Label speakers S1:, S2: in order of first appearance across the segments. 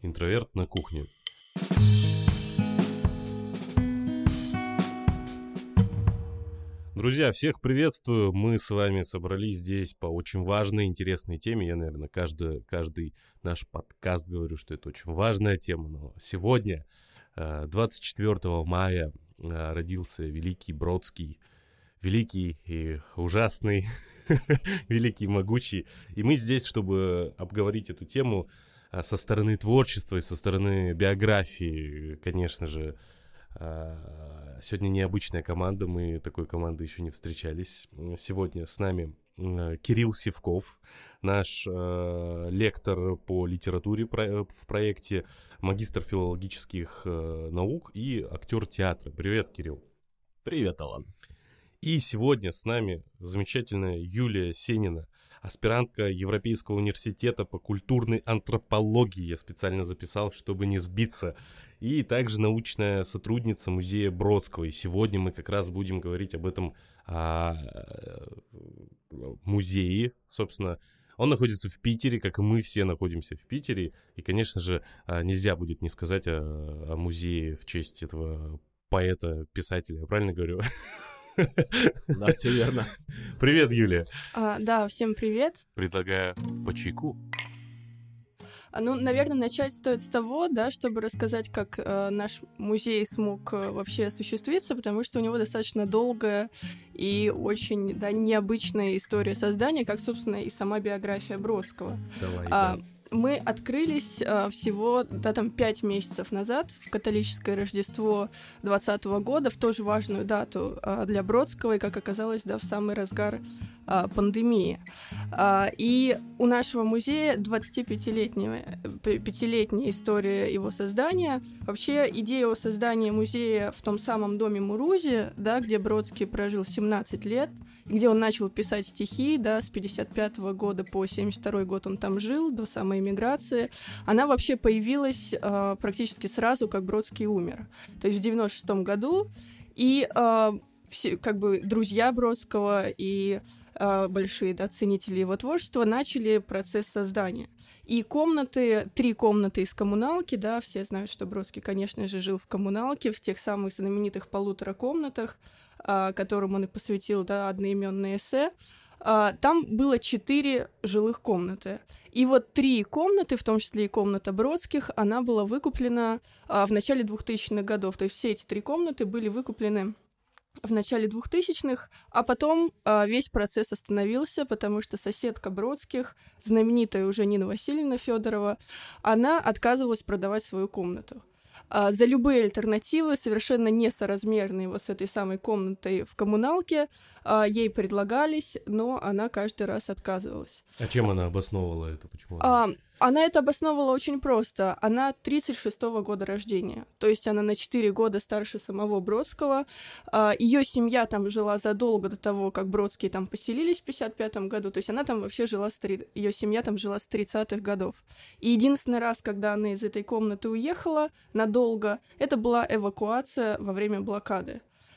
S1: Интроверт на кухне. Друзья, всех приветствую. Мы с вами собрались здесь по очень важной, интересной теме. Я, наверное, каждый наш подкаст говорю, что это очень важная тема. Но сегодня, 24 мая, родился великий Бродский. Великий и ужасный, великий и могучий. И мы здесь, чтобы обговорить эту тему со стороны творчества и со стороны биографии, конечно же. Сегодня необычная команда, мы такой команды еще не встречались. Сегодня с нами Кирилл Сивков, наш лектор по литературе в проекте, магистр филологических наук и актер театра. Привет, Кирилл.
S2: Привет, Алан.
S1: И сегодня с нами замечательная Юлия Сенина, аспирантка Европейского университета по культурной антропологии. Я специально записал, чтобы не сбиться. И также научная сотрудница музея Бродского. И сегодня мы как раз будем говорить об этом музее. Собственно, он находится в Питере, как и мы все находимся в Питере. И, конечно же, нельзя будет не сказать о музее в честь этого поэта, писателя. Я правильно говорю?
S2: Да, все верно.
S1: Привет, Юлия.
S3: Да, всем привет.
S1: Предлагаю по чайку.
S3: Наверное, начать стоит с того, да, чтобы рассказать, как наш музей смог вообще осуществиться, потому что у него достаточно долгая и очень необычная история создания, как, собственно, и сама биография Бродского.
S1: Давай, да.
S3: Мы открылись всего 5 месяцев назад, в католическое Рождество 2020 года, в тоже важную дату для Бродского, и, как оказалось, в самый разгар пандемии. И у нашего музея 25-летняя история его создания. Вообще, идея о создании музея в том самом доме Мурузи, да, где Бродский прожил 17 лет, где он начал писать стихи, да, с 55 года по 72 год он там жил, до самой эмиграции, она вообще появилась практически сразу, как Бродский умер. То есть в 96 году, и все, как бы, друзья Бродского и большие, да, ценители его творчества начали процесс создания. И три комнаты из коммуналки, да, все знают, что Бродский, конечно же, жил в коммуналке, в тех самых знаменитых 1,5 комнатах, которым он и посвятил, да, одноименное эссе. Там было 4 жилых комнаты. И вот 3 комнаты, в том числе и комната Бродских, она была выкуплена в начале 2000-х годов. То есть все эти 3 комнаты были выкуплены в начале 2000-х, а потом весь процесс остановился, потому что соседка Бродских, знаменитая уже Нина Васильевна Федорова, она отказывалась продавать свою комнату. За любые альтернативы, совершенно несоразмерные вот с этой самой комнатой в коммуналке, ей предлагались, но она каждый раз отказывалась.
S1: А чем она обосновывала это? Почему?
S3: Она это обосновывала очень просто. Она 36-го года рождения, то есть она на 4 года старше самого Бродского. Ее семья там жила задолго до того, как Бродские там поселились в 55-м году, то есть она там вообще жила, ее семья там жила с 30-х годов. И единственный раз, когда она из этой комнаты уехала надолго, это была эвакуация во время блокады.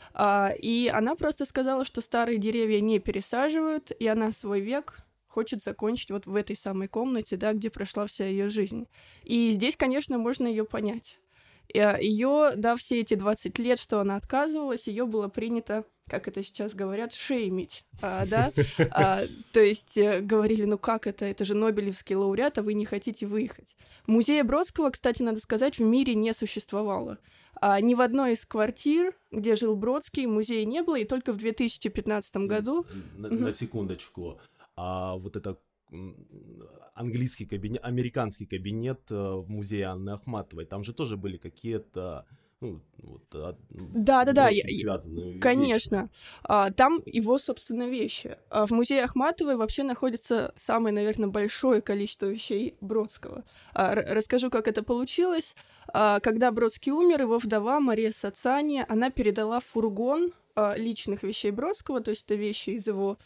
S3: И она просто сказала, что старые деревья не пересаживают, и она свой век хочет закончить вот в этой самой комнате, да, где прошла вся ее жизнь. И здесь, конечно, можно ее понять. Ее, да, все эти 20 лет, что она отказывалась, ее было принято, как это сейчас говорят, шеймить, да, то есть говорили, ну как это же Нобелевский лауреат, а вы не хотите выехать. Музея Бродского, кстати, надо сказать, в мире не существовало. Ни в одной из квартир, где жил Бродский, музея не было, и только в 2015 году...
S2: На секундочку. А вот это английский кабинет, американский кабинет в музее Анны Ахматовой, там же тоже были какие-то
S3: да,
S2: связанные
S3: конечно. Там его, собственно, вещи. В музее Ахматовой вообще находится самое, наверное, большое количество вещей Бродского. Расскажу, как это получилось. Когда Бродский умер, его вдова Мария Сацани, она передала фургон личных вещей Бродского, то есть это вещи из его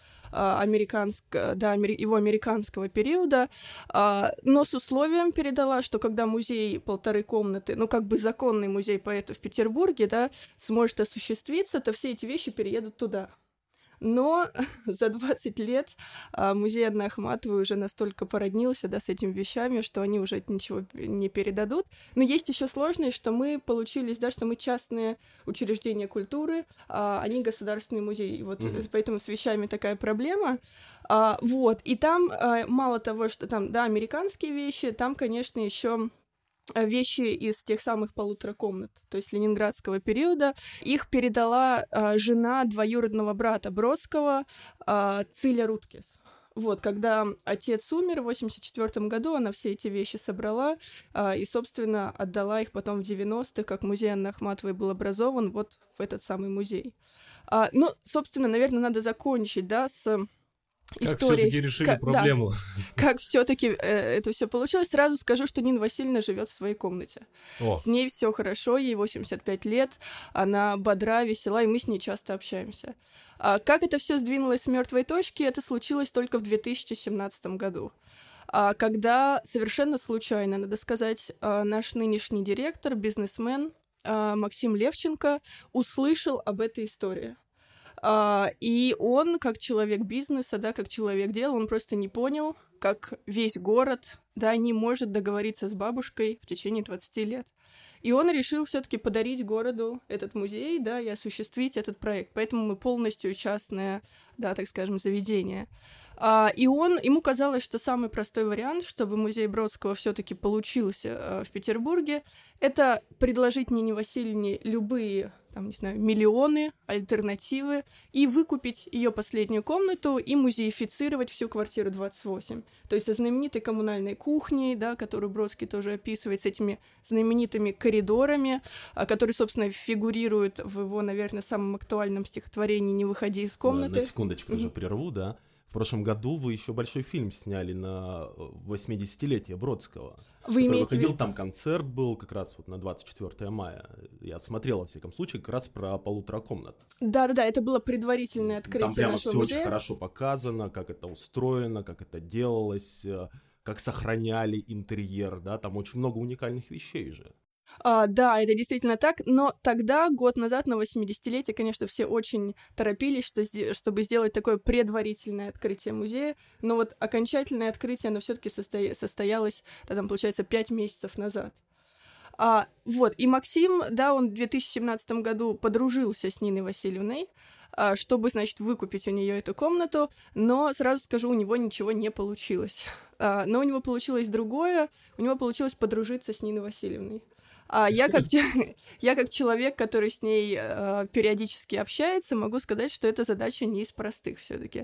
S3: его американского периода, но с условием передала, что когда музей 1,5 комнаты, ну как бы законный музей поэта в Петербурге, да, сможет осуществиться, то все эти вещи переедут туда. Но за 20 лет музей Анны Ахматовой уже настолько породнился, да, с этими вещами, что они уже ничего не передадут. Но есть еще сложность, что мы получились, да, что мы частные учреждения культуры, а они государственный музей. И вот поэтому с вещами такая проблема. Вот. И там мало того, что там, да, американские вещи, там, конечно, еще вещи из тех самых 1,5 комнат, то есть ленинградского периода. Их передала жена двоюродного брата Бродского, Циля Рудкес. Вот, когда отец умер в 1984 году, она все эти вещи собрала и, собственно, отдала их потом в 90-х, как музей Анны Ахматовой был образован, вот в этот самый музей. Ну, собственно, наверное, надо закончить, да, с
S1: как все-таки решили проблему?
S3: Да, как все-таки это все получилось. Сразу скажу, что Нина Васильевна живет в своей комнате. С ней все хорошо, ей 85 лет, она бодра, весела, и мы с ней часто общаемся. Как это все сдвинулось с мертвой точки, это случилось только в 2017 году. Когда совершенно случайно, надо сказать, наш нынешний директор, бизнесмен Максим Левченко услышал об этой истории. И он, как человек бизнеса, да, как человек дела, он просто не понял, как весь город, да, не может договориться с бабушкой в течение 20 лет. И он решил все-таки подарить городу этот музей, да, и осуществить этот проект. Поэтому мы полностью частное, да, так скажем, заведение. И ему казалось, что самый простой вариант, чтобы музей Бродского все-таки получился в Петербурге, это предложить Нине Васильевне любые, там, не знаю, миллионы, альтернативы, и выкупить ее последнюю комнату и музеифицировать всю квартиру 28. То есть со знаменитой коммунальной кухней, да, которую Бродский тоже описывает, с этими знаменитыми коридорами, которые, собственно, фигурируют в его, наверное, самом актуальном стихотворении «Не выходи из комнаты».
S2: На секундочку тоже прерву, да. В прошлом году вы еще большой фильм сняли на 80-летие Бродского. Выходил, там концерт был как раз вот на 24 мая. Я смотрел, во всяком случае, как раз про 1,5 комнат.
S3: Да-да-да, это было предварительное открытие нашего музея.
S2: Там прямо все очень хорошо показано, как это устроено, как это делалось, как сохраняли интерьер, да, там очень много уникальных вещей же.
S3: Да, это действительно так, но тогда, год назад, на 80-летие, конечно, все очень торопились, чтобы сделать такое предварительное открытие музея, но вот окончательное открытие, оно все-таки состоялось, да, там, получается, 5 месяцев назад. Вот, и Максим, да, он в 2017 году подружился с Ниной Васильевной, чтобы, значит, выкупить у нее эту комнату, но, сразу скажу, у него ничего не получилось. Но у него получилось другое, у него получилось подружиться с Ниной Васильевной. Я как человек, который с ней периодически общается, могу сказать, что эта задача не из простых все-таки.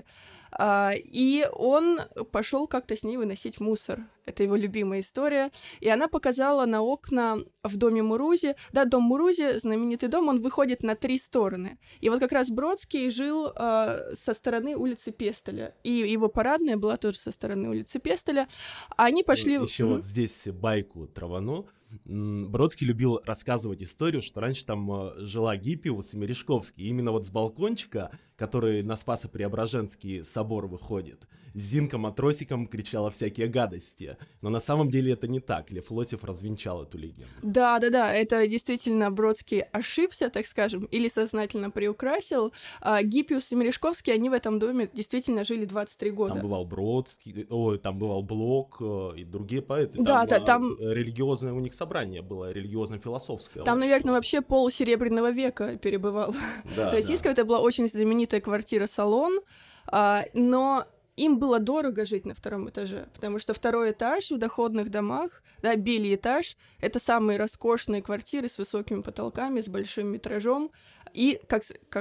S3: И он пошел как-то с ней выносить мусор. Это его любимая история. И она показала на окна в доме Мурузи. Да, дом Мурузи, знаменитый дом, он выходит на 3 стороны. И вот как раз Бродский жил со стороны улицы Пестеля. И его парадная была тоже со стороны улицы Пестеля. Они пошли...
S2: Еще вот здесь байку травану. Бродский любил рассказывать историю, что раньше там жила Гиппиус и Мережковский. И именно вот с балкончика, который на Спасо-Преображенский собор выходит, Зинка матросиком кричала всякие гадости. Но на самом деле это не так. Лев Лосев развенчал эту легенду.
S3: Да, это действительно Бродский ошибся, так скажем, или сознательно приукрасил. Гиппиус и Мережковский, они в этом доме действительно жили 23 года.
S2: Там бывал Бродский, там бывал Блок и другие поэты.
S3: Там
S2: религиозное у них собрание было, религиозно-философское.
S3: Там, наверное, вообще полусеребряного века перебывал. Российская это была очень знаменитая квартира-салон, но им было дорого жить на 2-м этаже, потому что 2-й этаж в доходных домах, да, бельий этаж, это самые роскошные квартиры с высокими потолками, с большим метражом, и, как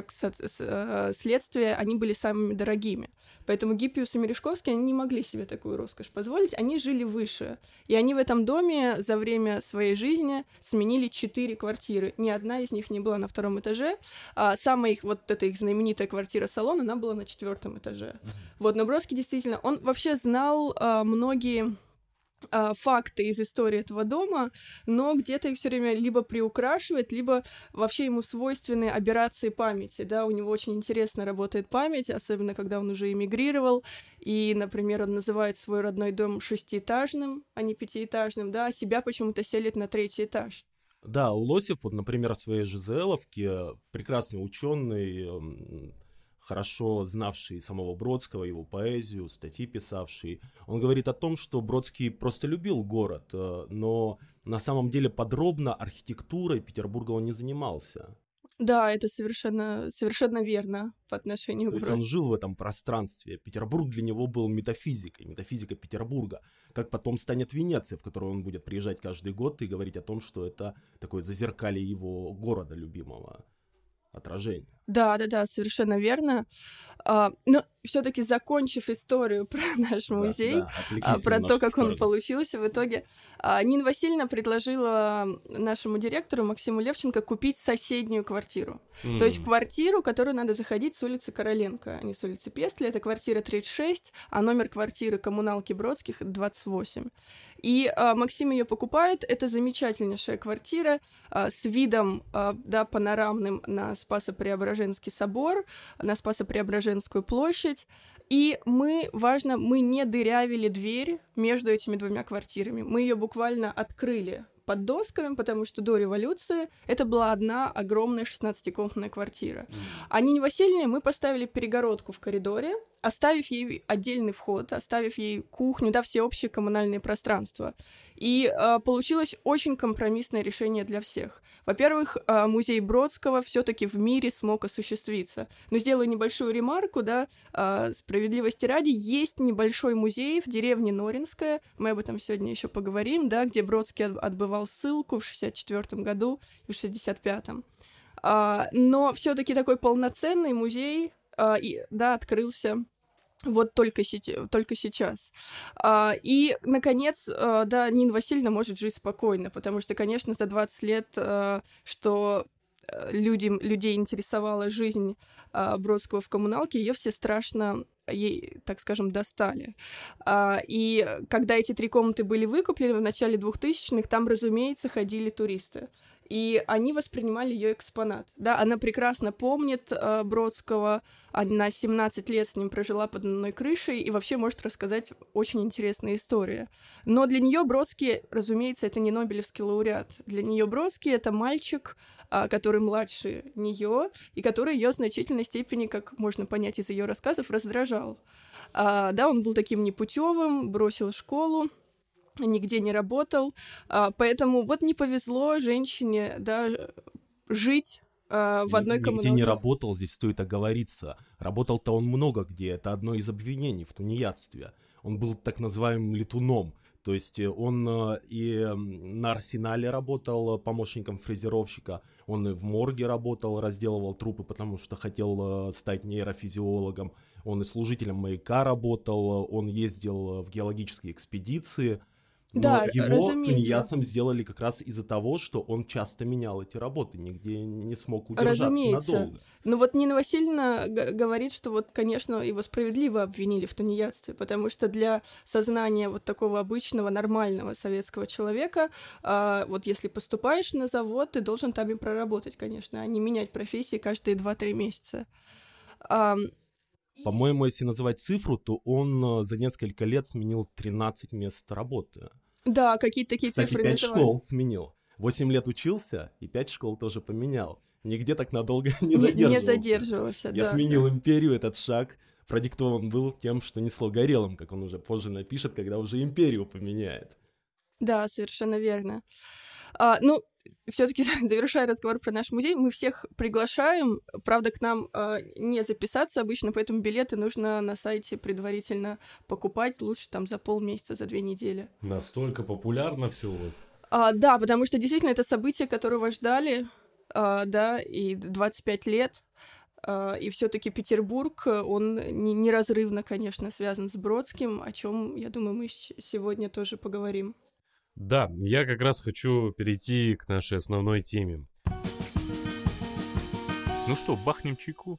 S3: следствие, они были самыми дорогими. Поэтому Гиппиус и Мережковский, они не могли себе такую роскошь позволить, они жили выше. И они в этом доме за время своей жизни сменили 4 квартиры. Ни одна из них не была на 2-м этаже. Самая их, вот эта их знаменитая квартира-салон, она была на 4-м этаже. Вот, но Бродский действительно, он вообще знал многие факты из истории этого дома, но где-то их все время либо приукрашивает, либо вообще ему свойственны аберрации памяти, да, у него очень интересно работает память, особенно когда он уже эмигрировал, и, например, он называет свой родной дом 6-этажным, а не 5-этажным, да, а себя почему-то селит на 3-й этаж.
S2: Да, Лосев, вот, например, в своей ЖЗЛовке прекрасный ученый, хорошо знавший самого Бродского, его поэзию, статьи писавший, он говорит о том, что Бродский просто любил город, но на самом деле подробно архитектурой Петербурга он не занимался.
S3: Да, это совершенно верно по отношению
S2: То
S3: к
S2: есть он жил в этом пространстве. Петербург для него был метафизикой, метафизика Петербурга. Как потом станет Венеция, в которую он будет приезжать каждый год и говорить о том, что это такое зазеркалье его города любимого, отражение.
S3: Да, совершенно верно. Но все-таки закончив историю про наш музей, про то, как он получился в итоге, Нина Васильевна предложила нашему директору Максиму Левченко купить соседнюю квартиру. То есть квартиру, которую надо заходить с улицы Короленко, а не с улицы Пестеля. Это квартира 36, а номер квартиры коммуналки Бродских 28. И Максим ее покупает. Это замечательнейшая квартира с видом панорамным на Спасо-Преображенский собор, на Спасо-Преображенскую площадь. И мы не дырявили дверь между этими двумя квартирами. Мы ее буквально открыли под досками, потому что до революции это была одна огромная 16-комнатная квартира. А Нине Васильевне мы поставили перегородку в коридоре, оставив ей отдельный вход, оставив ей кухню, все общие коммунальные пространства. И получилось очень компромиссное решение для всех. Во-первых, музей Бродского все-таки в мире смог осуществиться. Но сделаю небольшую ремарку, справедливости ради, есть небольшой музей в деревне Норинская, мы об этом сегодня еще поговорим, где Бродский отбывал ссылку в 1964 году и в 1965. Но все-таки такой полноценный музей открылся только сейчас. И, наконец, Нина Васильевна может жить спокойно, потому что, конечно, за 20 лет, что людей интересовала жизнь Бродского в коммуналке, ее все страшно ей, так скажем, достали. И когда эти 3 комнаты были выкуплены в начале 2000-х, там, разумеется, ходили туристы. И они воспринимали ее экспонат. Она прекрасно помнит Бродского, она 17 лет с ним прожила под одной крышей и вообще может рассказать очень интересные истории. Но для нее Бродский, разумеется, это не Нобелевский лауреат. Для нее Бродский — это мальчик, который младше нее, и который ее в значительной степени, как можно понять из ее рассказов, раздражал. Он был таким непутевым, бросил школу, нигде не работал, поэтому не повезло женщине, жить в одной коммуналке.
S2: Нигде не работал, здесь стоит оговориться. Работал-то он много где, это одно из обвинений в тунеядстве. Он был так называемым летуном, то есть он и на арсенале работал помощником фрезеровщика, он и в морге работал, разделывал трупы, потому что хотел стать нейрофизиологом, он и служителем маяка работал, он ездил в геологические экспедиции. Но его тунеядцем сделали как раз из-за того, что он часто менял эти работы, нигде не смог удержаться надолго.
S3: Но Нина Васильевна говорит, что конечно, его справедливо обвинили в тунеядстве, потому что для сознания такого обычного, нормального советского человека, если поступаешь на завод, ты должен там и проработать, конечно, а не менять профессии каждые 2-3 месяца.
S2: По-моему, если называть цифру, то он за несколько лет сменил 13 мест работы.
S3: Да, какие-то такие цифры называют.
S2: 5 школ сменил. 8 лет учился, и 5 школ тоже поменял. Нигде так надолго не задерживался. Я сменил империю, этот шаг продиктован был тем, что несло горелым, как он уже позже напишет, когда уже империю поменяет.
S3: Да, совершенно верно. Все-таки, завершая разговор про наш музей, мы всех приглашаем. Правда, к нам не записаться обычно, поэтому билеты нужно на сайте предварительно покупать, лучше за полмесяца, за 2 недели.
S1: Настолько популярно все у вас?
S3: Да, потому что действительно это событие, которого ждали, и 25 лет. И все-таки Петербург, он неразрывно, конечно, связан с Бродским, о чем, я думаю, мы сегодня тоже поговорим.
S1: Да, я как раз хочу перейти к нашей основной теме.
S4: Ну что, бахнем чайку?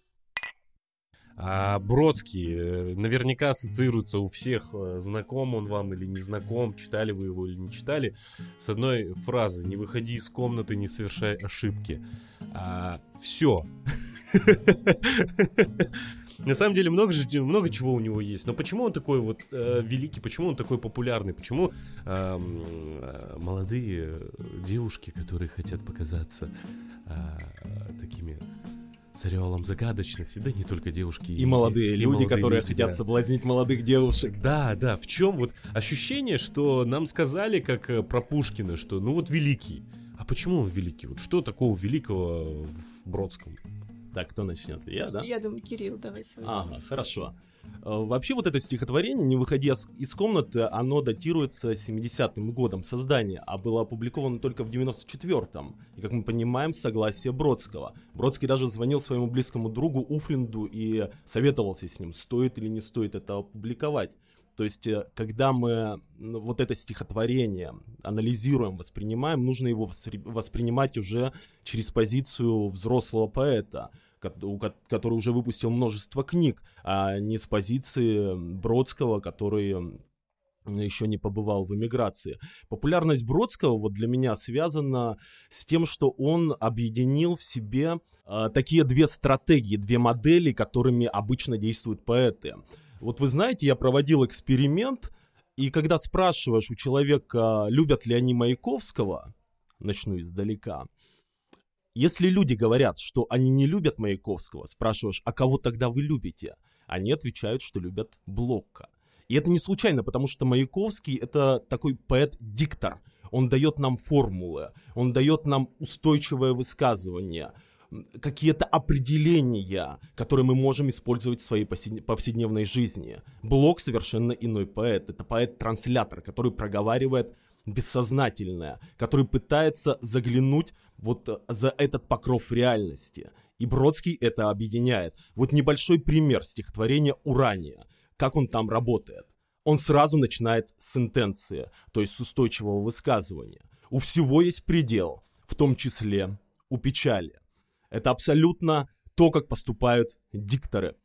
S1: Бродский наверняка ассоциируется у всех, знаком он вам или не знаком, читали вы его или не читали, с одной фразы: «Не выходи из комнаты, не совершай ошибки». Все. На самом деле много чего у него есть. Но почему он такой великий, почему он такой популярный, почему молодые девушки, которые хотят показаться такими с ореолом загадочности, да не только девушки.
S2: И молодые люди,
S1: молодые
S2: которые
S1: люди,
S2: хотят
S1: да.
S2: соблазнить молодых девушек.
S1: Да, в чем вот ощущение, что нам сказали, как про Пушкина, что ну вот великий. А почему он великий? Вот что такого великого в Бродском?
S2: Так, кто начнет? Я, да?
S3: Я думаю, Кирилл, давай.
S2: Ага, хорошо. Вообще вот это стихотворение, не выходя из комнаты, оно датируется 70-м годом создания, а было опубликовано только в 94-м. И, как мы понимаем, с согласия Бродского. Бродский даже звонил своему близкому другу Уфлинду и советовался с ним, стоит или не стоит это опубликовать. То есть, когда мы вот это стихотворение анализируем, воспринимаем, нужно его воспринимать уже через позицию взрослого поэта, который уже выпустил множество книг, а не с позиции Бродского, который еще не побывал в эмиграции. Популярность Бродского вот для меня связана с тем, что он объединил в себе такие две стратегии, две модели, которыми обычно действуют поэты. Вот вы знаете, я проводил эксперимент, и когда спрашиваешь у человека, любят ли они Маяковского, начну издалека, если люди говорят, что они не любят Маяковского, спрашиваешь, а кого тогда вы любите? Они отвечают, что любят Блока. И это не случайно, потому что Маяковский — это такой поэт-диктор. Он дает нам формулы, он дает нам устойчивое высказывание, какие-то определения, которые мы можем использовать в своей повседневной жизни. Блок совершенно иной поэт. Это поэт-транслятор, который проговаривает бессознательное, который пытается заглянуть вот за этот покров реальности. И Бродский это объединяет. Вот небольшой пример стихотворения «Урания». Как он там работает? Он сразу начинает с сентенции, то есть с устойчивого высказывания. У всего есть предел, в том числе у печали. Это абсолютно то, как поступают дикторы.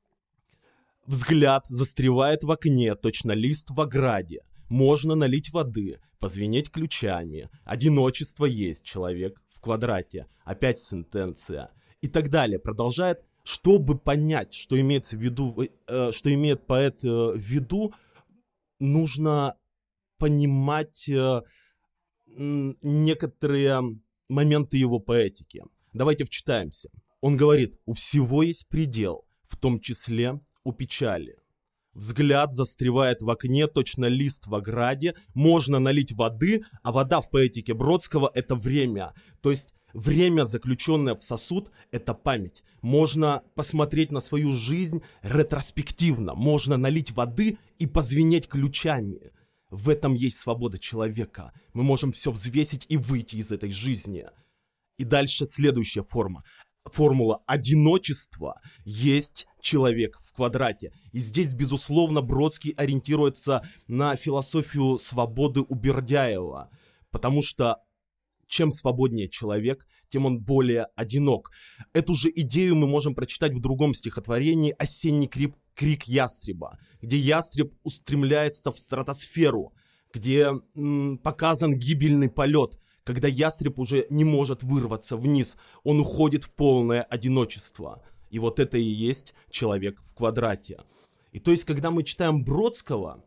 S2: Взгляд застревает в окне, точно лист в ограде. Можно налить воды, позвенеть ключами. Одиночество есть, человек в квадрате. Опять сентенция. И так далее. Продолжает. Чтобы понять, что имеется в виду, что имеет поэт в виду, нужно понимать некоторые моменты его поэтики. Давайте вчитаемся. Он говорит, у всего есть предел, в том числе у печали. Взгляд застревает в окне, точно лист в ограде. Можно налить воды, а вода в поэтике Бродского — это время. То есть время, заключенное в сосуд, это память. Можно посмотреть на свою жизнь ретроспективно. Можно налить воды и позвенеть ключами. В этом есть свобода человека. Мы можем все взвесить и выйти из этой жизни. И дальше следующая форма. Формула одиночества есть человек в квадрате. И здесь, безусловно, Бродский ориентируется на философию свободы у Бердяева. Потому что чем свободнее человек, тем он более одинок. Эту же идею мы можем прочитать в другом стихотворении «Осенний крик ястреба», где ястреб устремляется в стратосферу, где показан гибельный полет, когда ястреб уже не может вырваться вниз, он уходит в полное одиночество. И вот это и есть человек в квадрате. И то есть, когда мы читаем Бродского,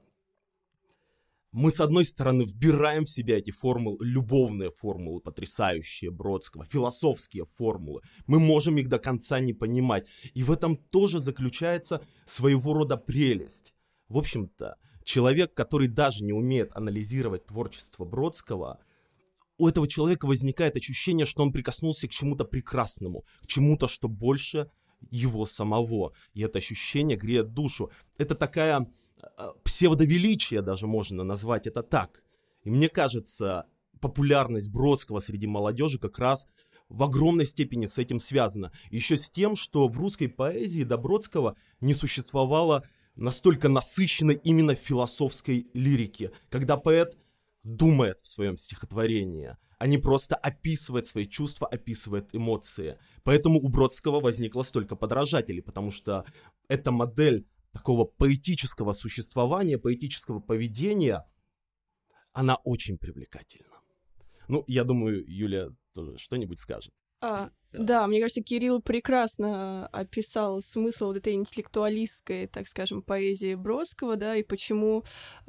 S2: мы, с одной стороны, вбираем в себя эти формулы, любовные формулы, потрясающие Бродского, философские формулы. Мы можем их до конца не понимать. И в этом тоже заключается своего рода прелесть. В общем-то, человек, который даже не умеет анализировать творчество Бродского, у этого человека возникает ощущение, что он прикоснулся к чему-то прекрасному, к чему-то, что больше его самого. И это ощущение греет душу. Это такая псевдовеличие, даже можно назвать это так. И мне кажется, популярность Бродского среди молодежи как раз в огромной степени с этим связана. Еще с тем, что в русской поэзии до Бродского не существовало настолько насыщенной именно философской лирики, когда поэт думает в своем стихотворении, а не просто описывает свои чувства, описывает эмоции. Поэтому у Бродского возникло столько подражателей, потому что эта модель такого поэтического существования, поэтического поведения, она очень привлекательна. Ну, я думаю, Юлия тоже что-нибудь скажет.
S3: Да, мне кажется, Кирилл прекрасно описал смысл вот этой интеллектуалистской, так скажем, поэзии Бродского, да, и почему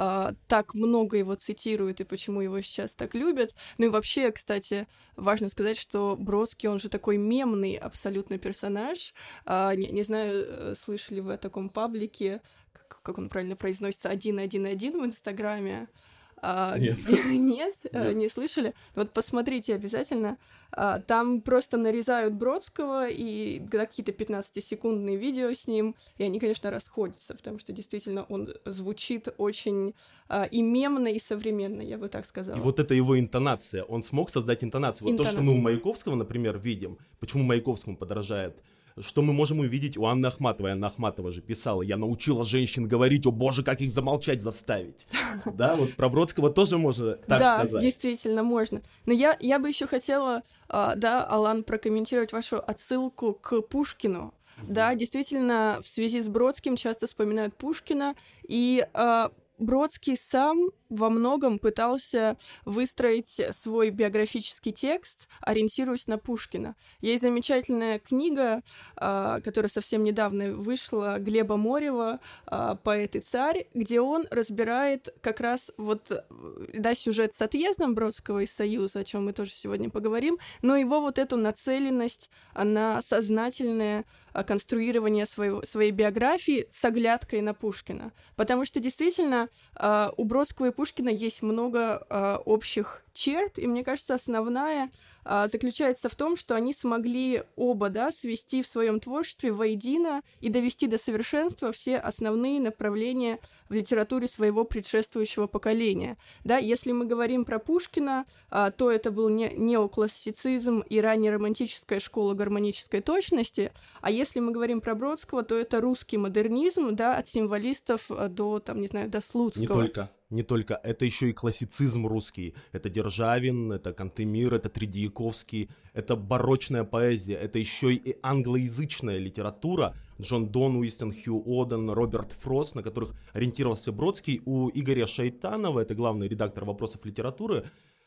S3: так много его цитируют, и почему его сейчас так любят. Ну и вообще, кстати, важно сказать, что Бродский, он же такой мемный абсолютно персонаж. Не знаю, слышали вы о таком паблике, как он правильно произносится, 111 в Инстаграме.
S2: Нет.
S3: Нет, не слышали? Вот посмотрите обязательно. Там просто нарезают Бродского и какие-то 15-секундные видео с ним, и они, конечно, расходятся, потому что действительно он звучит очень и мемно, и современно, я бы так сказала.
S2: И вот это его интонация. Он смог создать интонацию. Вот то, что мы у Маяковского, например, видим, почему Маяковскому подражает, что мы можем увидеть у Анны Ахматовой. Анна Ахматова же писала: «Я научила женщин говорить, о боже, как их замолчать заставить». Да, вот про Бродского тоже можно так сказать.
S3: Да, действительно, можно. Но я бы еще хотела, да, Алан, прокомментировать вашу отсылку к Пушкину. Да, действительно, в связи с Бродским часто вспоминают Пушкина, и Бродский сам во многом пытался выстроить свой биографический текст, ориентируясь на Пушкина. Есть замечательная книга, которая совсем недавно вышла, Глеба Морева «Поэт и царь», где он разбирает как раз вот, да, сюжет с отъездом Бродского из Союза, о чем мы тоже сегодня поговорим, но его вот эту нацеленность на сознательное конструирование своей биографии с оглядкой на Пушкина. Потому что действительно у Бродского и Пушкина есть много общих черт, и мне кажется, основная заключается в том, что они смогли оба, да, свести в своем творчестве воедино и довести до совершенства все основные направления в литературе своего предшествующего поколения. Да, если мы говорим про Пушкина, то это был неоклассицизм и раннеромантическая школа гармонической точности, а если мы говорим про Бродского, то это русский модернизм, да, от символистов до, там, не знаю, до Слуцкого.
S2: Не только, это еще и классицизм русский. Это Державин, это Кантемир, это Тредьяковский, это барочная поэзия, это еще и англоязычная литература. Джон Дон, Уистон Хью Оден, Роберт Фрост, на которых ориентировался Бродский. У Игоря Шайтанова, это главный редактор «Вопросов литературы»,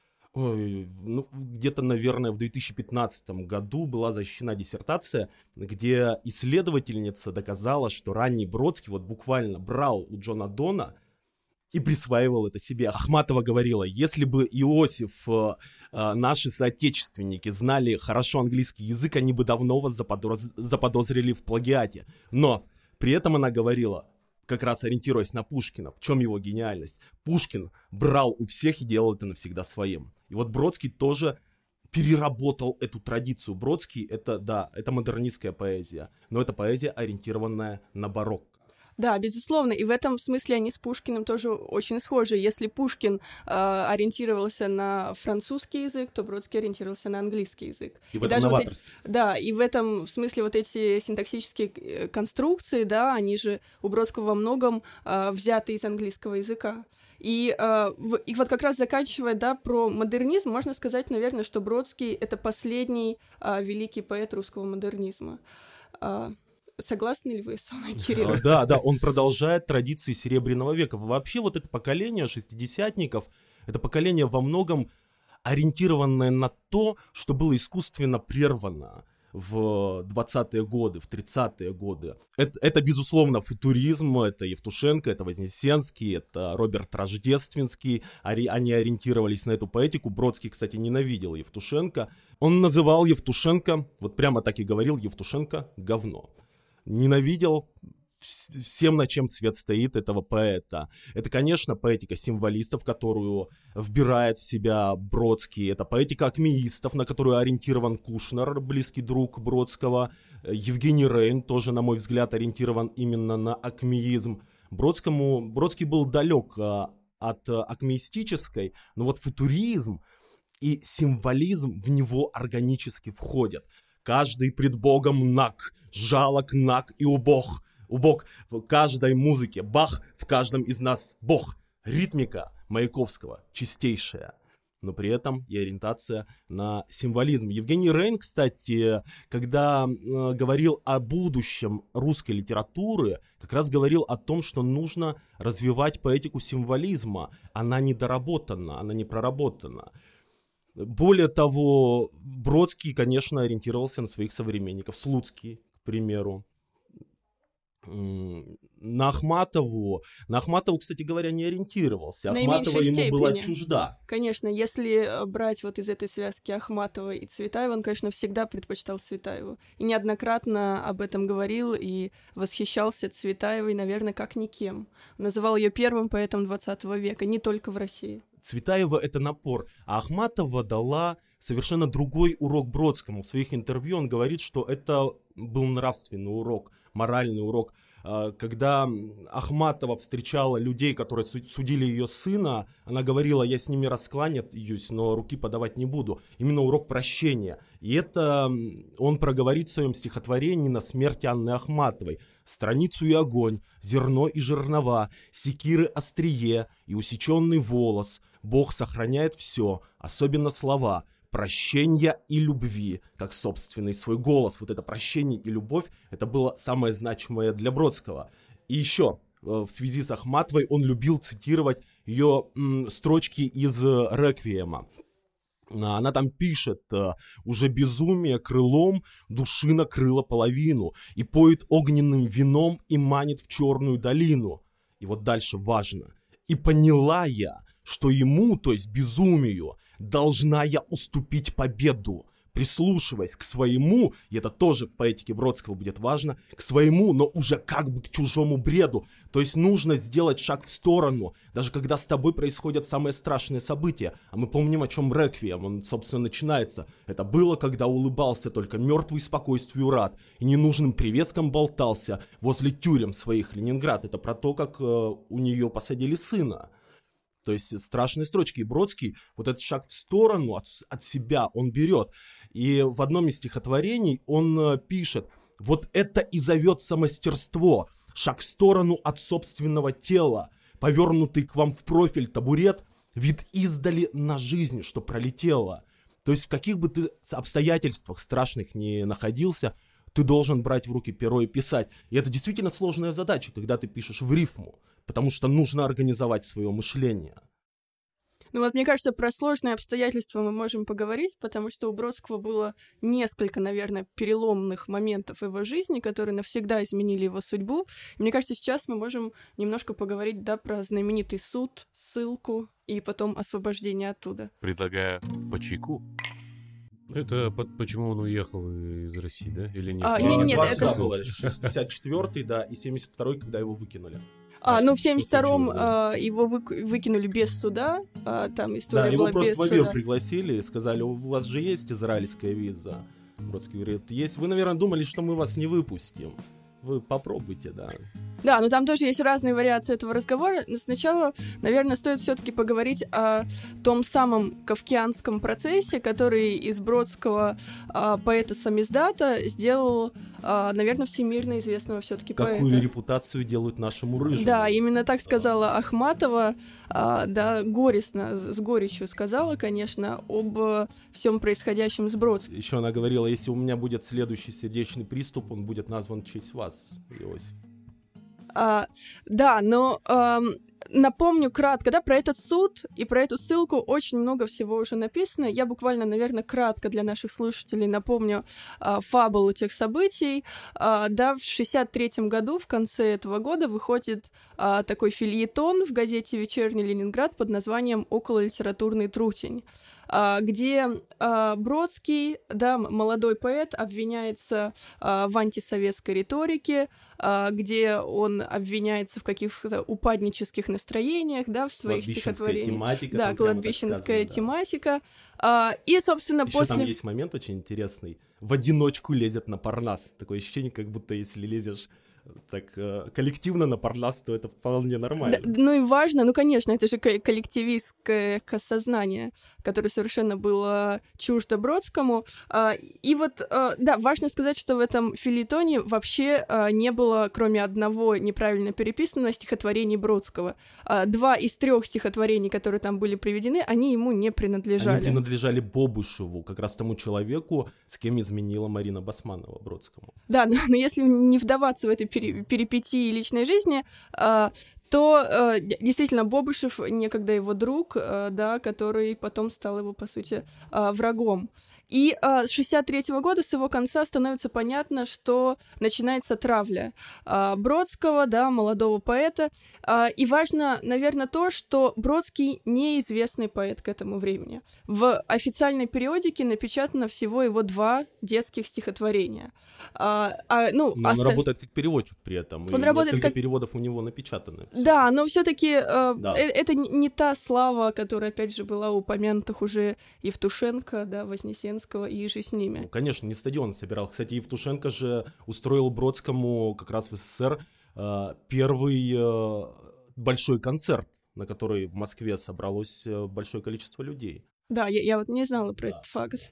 S2: где-то, наверное, в 2015 году была защищена диссертация, где исследовательница доказала, что ранний Бродский вот буквально брал у Джона Дона и присваивал это себе. Ахматова говорила: если бы Иосиф, наши соотечественники, знали хорошо английский язык, они бы давно вас заподозрили в плагиате. Но при этом она говорила, как раз ориентируясь на Пушкина, в чем его гениальность. Пушкин брал у всех и делал это навсегда своим. И вот Бродский тоже переработал эту традицию. Бродский — это модернистская поэзия, но это поэзия, ориентированная на барокко.
S3: Да, безусловно, и в этом смысле они с Пушкиным тоже очень схожи. Если Пушкин ориентировался на французский язык, то Бродский ориентировался на английский язык.
S2: И в этом новаторство.
S3: Да, и в этом смысле вот эти синтаксические конструкции, да, они же у Бродского во многом взяты из английского языка. И вот как раз заканчивая, да, про модернизм, можно сказать, наверное, что Бродский — это последний великий поэт русского модернизма. Согласны ли вы со мной, Кирилл?
S2: Да, он продолжает традиции Серебряного века. Вообще вот это поколение шестидесятников, это поколение во многом ориентированное на то, что было искусственно прервано в 20-е годы, в 30-е годы. Это, безусловно, футуризм, это Евтушенко, это Вознесенский, это Роберт Рождественский. Они ориентировались на эту поэтику. Бродский, кстати, ненавидел Евтушенко. Он называл Евтушенко, вот прямо так и говорил, Евтушенко — говно. Ненавидел всем, на чем свет стоит, этого поэта. Это, конечно, поэтика символистов, которую вбирает в себя Бродский. Это поэтика акмеистов, на которую ориентирован Кушнер, близкий друг Бродского. Евгений Рейн тоже, на мой взгляд, ориентирован именно на акмеизм. Бродский был далек от акмеистической, но вот футуризм и символизм в него органически входят. Каждый пред Богом наг, жалок, наг и убог. Убог в каждой музыке, Бах в каждом из нас Бог. Ритмика Маяковского чистейшая, но при этом и ориентация на символизм. Евгений Рейн, кстати, когда говорил о будущем русской литературы, как раз говорил о том, что нужно развивать поэтику символизма. Она недоработана, она не проработана. Более того, Бродский, конечно, ориентировался на своих современников. Слуцкий, к примеру. На Ахматову, кстати говоря, не ориентировался. Ахматова ему была чужда.
S3: Конечно, если брать вот из этой связки Ахматова и Цветаева, он, конечно, всегда предпочитал Цветаеву. И неоднократно об этом говорил и восхищался Цветаевой, наверное, как никем. Называл ее первым поэтом 20 века, не только в России.
S2: Цветаева — это напор, а Ахматова дала совершенно другой урок Бродскому. В своих интервью он говорит, что это был нравственный урок, моральный урок. Когда Ахматова встречала людей, которые судили ее сына, она говорила: я с ними раскланяюсь, но руки подавать не буду. Именно урок прощения. И это он проговорит в своем стихотворении «На смерть Анны Ахматовой». Страницу и огонь, зерно и жернова, секиры острие и усеченный волос. Бог сохраняет все, особенно слова, прощения и любви, как собственный свой голос. Вот это прощение и любовь, это было самое значимое для Бродского. И еще в связи с Ахматовой он любил цитировать ее строчки из «Реквиема». Она там пишет: «Уже безумие крылом души накрыло половину, и поет огненным вином и манит в черную долину». И вот дальше важно. «И поняла я, что ему, то есть безумию, должна я уступить победу, прислушиваясь к своему», и это тоже в поэтике Бродского будет важно, к своему, но уже как бы к чужому бреду. То есть нужно сделать шаг в сторону, даже когда с тобой происходят самые страшные события. А мы помним, о чем «Реквием», он, собственно, начинается. «Это было, когда улыбался только мертвый спокойствию рад, и ненужным привеском болтался возле тюрем своих Ленинград». Это про то, как у нее посадили сына. То есть страшные строчки. И Бродский вот этот шаг в сторону от себя он берет. И в одном из стихотворений он пишет: «Вот это и зовется мастерство, шаг в сторону от собственного тела, повернутый к вам в профиль табурет, вид издали на жизнь, что пролетела». То есть в каких бы ты обстоятельствах страшных не находился, ты должен брать в руки перо и писать. И это действительно сложная задача, когда ты пишешь в рифму, потому что нужно организовать свое мышление.
S3: Ну вот, мне кажется, про сложные обстоятельства мы можем поговорить, потому что у Бродского было несколько, наверное, переломных моментов в его жизни, которые навсегда изменили его судьбу. И мне кажется, сейчас мы можем немножко поговорить, да, про знаменитый суд, ссылку и потом освобождение оттуда.
S4: Предлагаю по чайку.
S1: Это почему он уехал из России, да? Или нет?
S3: Нет,
S2: это было 64-й, да, и 72-й, когда его выкинули.
S3: Ну, в 72-м его выкинули без суда, там история была без суда. Да, его просто
S2: в АВЕ пригласили, сказали: у вас же есть израильская виза. Бродский говорит: есть. Вы, наверное, думали, что мы вас не выпустим. Вы попробуйте, да.
S3: Да, но там тоже есть разные вариации этого разговора. Но сначала, наверное, стоит все-таки поговорить о том самом кафкианском процессе, который из Бродского поэта-самиздата сделал, наверное, всемирно известного все-таки поэта.
S2: Какую репутацию делают нашему Рыжему.
S3: Да, именно так сказала Ахматова, да, горестно, с горечью сказала, конечно, об всем происходящем с Бродским.
S2: Еще она говорила: если у меня будет следующий сердечный приступ, он будет назван в честь вас, Иосиф.
S3: Да, но напомню кратко, да, про этот суд и про эту ссылку очень много всего уже написано. Я буквально, наверное, кратко для наших слушателей напомню фабулу тех событий. Да, в 1963 году, в конце этого года, выходит такой фельетон в газете «Вечерний Ленинград» под названием «Окололитературный трутень», где Бродский, да, молодой поэт, обвиняется в антисоветской риторике, где он обвиняется в каких-то упаднических настроениях, да, в своих стихотворениях.
S2: Тематика,
S3: да, кладбищенская тематика. И, собственно,
S2: еще после... там есть момент очень интересный. В одиночку лезет на Парнас. Такое ощущение, как будто если лезешь так коллективно на Парнас, то это вполне нормально.
S3: Да, ну и важно, ну, конечно, это же коллективистское сознание, которое совершенно было чуждо Бродскому. И вот, да, важно сказать, что в этом фельетоне вообще не было, кроме одного неправильно переписанного стихотворения Бродского. 2 из 3 стихотворений, которые там были приведены, они ему не принадлежали.
S2: Они принадлежали Бобышеву, как раз тому человеку, с кем изменила Марина Басманова Бродскому.
S3: Да, но если не вдаваться в этой перипетии личной жизни, то действительно Бобышев некогда его друг, да, который потом стал его, по сути, врагом. И с 1963 года, с его конца, становится понятно, что начинается травля Бродского, да, молодого поэта. И важно, наверное, то, что Бродский неизвестный поэт к этому времени. В официальной периодике напечатано всего его 2 детских стихотворения.
S2: Но он работает как переводчик при этом,
S3: он
S2: и несколько переводов у него напечатаны.
S3: Да, но все-таки это не та слава, которая, опять же, была у упомянутых уже Евтушенко, да, Вознесенского и же с ними.
S2: Ну, конечно, не стадион собирал. Кстати, Евтушенко же устроил Бродскому как раз в СССР первый большой концерт, на который в Москве собралось большое количество людей.
S3: Да, я вот не знала про этот факт.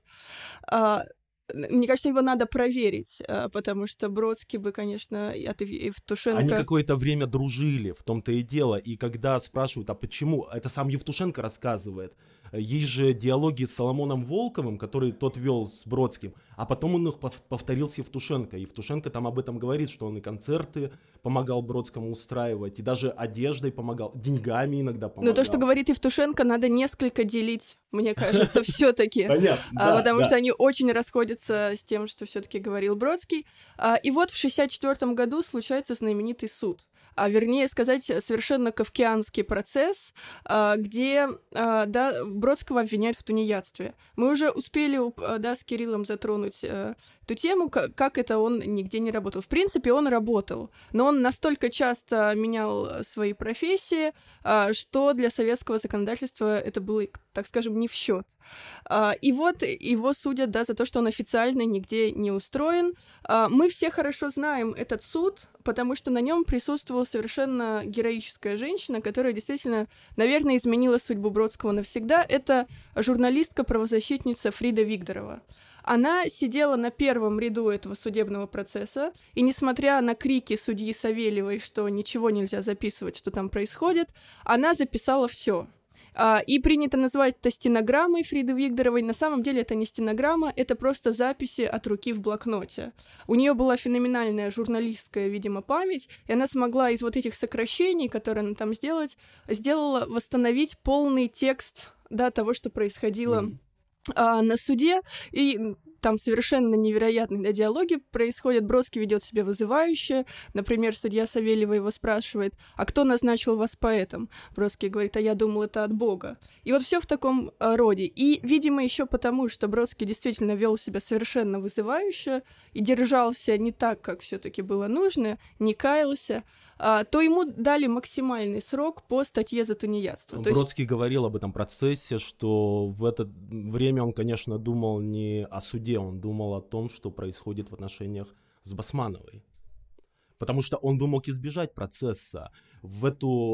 S3: Мне кажется, его надо проверить, потому что Бродский бы, конечно, от Евтушенко...
S2: Они какое-то время дружили, в том-то и дело. И когда спрашивают, а почему, это сам Евтушенко рассказывает. Есть же диалоги с Соломоном Волковым, который тот вел с Бродским, а потом он их повторил с Евтушенко. Евтушенко там об этом говорит, что он и концерты помогал Бродскому устраивать, и даже одеждой помогал, деньгами иногда помогал.
S3: Но то, что говорит Евтушенко, надо несколько делить, мне кажется, все-таки.
S2: Понятно,
S3: потому что они очень расходятся с тем, что все-таки говорил Бродский. И вот в 1964 году случается знаменитый суд. Вернее сказать, совершенно кафкианский процесс, где Бродского обвиняют в тунеядстве. Мы уже успели с Кириллом затронуть эту тему, как это он нигде не работал. В принципе, он работал, но он настолько часто менял свои профессии, что для советского законодательства это было, так скажем, не в счет. И вот его судят за то, что он официально нигде не устроен. Мы все хорошо знаем этот суд, потому что на нем присутствовала совершенно героическая женщина, которая действительно, наверное, изменила судьбу Бродского навсегда. Это журналистка-правозащитница Фрида Вигдорова. Она сидела на первом ряду этого судебного процесса, и несмотря на крики судьи Савельевой, что ничего нельзя записывать, что там происходит, она записала все. И принято называть это стенограммой Фриды Вигдоровой. На самом деле это не стенограмма, это просто записи от руки в блокноте. У нее была феноменальная журналистская, видимо, память, и она смогла из вот этих сокращений, которые она там сделала, восстановить полный текст того, что происходило на суде. И там совершенно невероятные диалоги происходят. Бродский ведет себя вызывающе. Например, судья Савельева его спрашивает: а кто назначил вас поэтом? Бродский говорит: а я думал, это от Бога. И вот все в таком роде. И, видимо, еще потому, что Бродский действительно вел себя совершенно вызывающе и держался не так, как все-таки было нужно, не каялся, то ему дали максимальный срок по статье за тунеядство.
S2: Бродский говорил об этом процессе, что в это время он, конечно, думал не о суде, он думал о том, что происходит в отношениях с Басмановой. Потому что он бы мог избежать процесса. В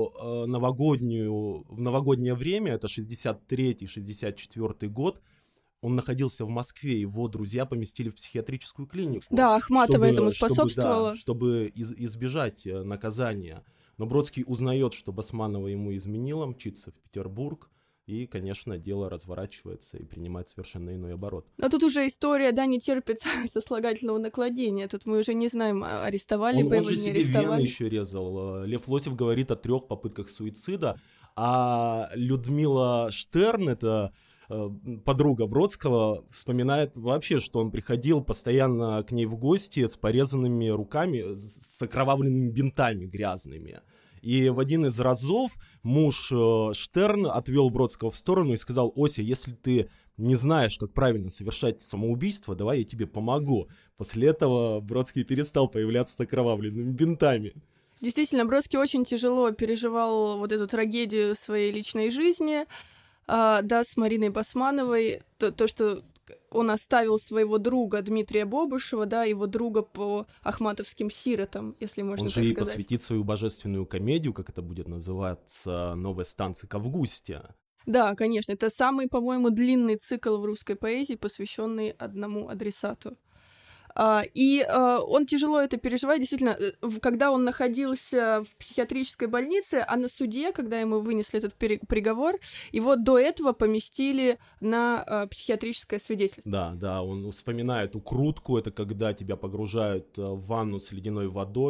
S2: новогоднее время, это 63-64 год, он находился в Москве, его друзья поместили в психиатрическую клинику.
S3: Да, Ахматова этому способствовала.
S2: Чтобы избежать наказания. Но Бродский узнает, что Басманова ему изменила, мчится в Петербург, и, конечно, дело разворачивается и принимает совершенно иной оборот.
S3: Но тут уже история, не терпит сослагательного наклонения. Тут мы уже не знаем, арестовали бы его, не арестовали.
S2: Он же себе вены еще резал. Лев Лосев говорит о 3 попытках суицида, а Людмила Штерн, это подруга Бродского, вспоминает вообще, что он приходил постоянно к ней в гости с порезанными руками, с окровавленными бинтами грязными. И в один из разов муж Штерн отвел Бродского в сторону и сказал: Ося, если ты не знаешь, как правильно совершать самоубийство, давай я тебе помогу. После этого Бродский перестал появляться с окровавленными бинтами.
S3: Действительно, Бродский очень тяжело переживал вот эту трагедию своей личной жизни, с Мариной Басмановой, то, что он оставил своего друга Дмитрия Бобышева, его друга по ахматовским сиротам, если можно так сказать.
S2: Он же и посвятит свою божественную комедию, как это будет называться, «Новая станция к Августе».
S3: Да, конечно, это самый, по-моему, длинный цикл в русской поэзии, посвященный одному адресату. И он тяжело это переживает. Действительно, когда он находился в психиатрической больнице, а на суде, когда ему вынесли этот приговор, его до этого поместили на психиатрическое свидетельство.
S2: Да, он вспоминает укрутку, это когда тебя погружают в ванну с ледяной водой,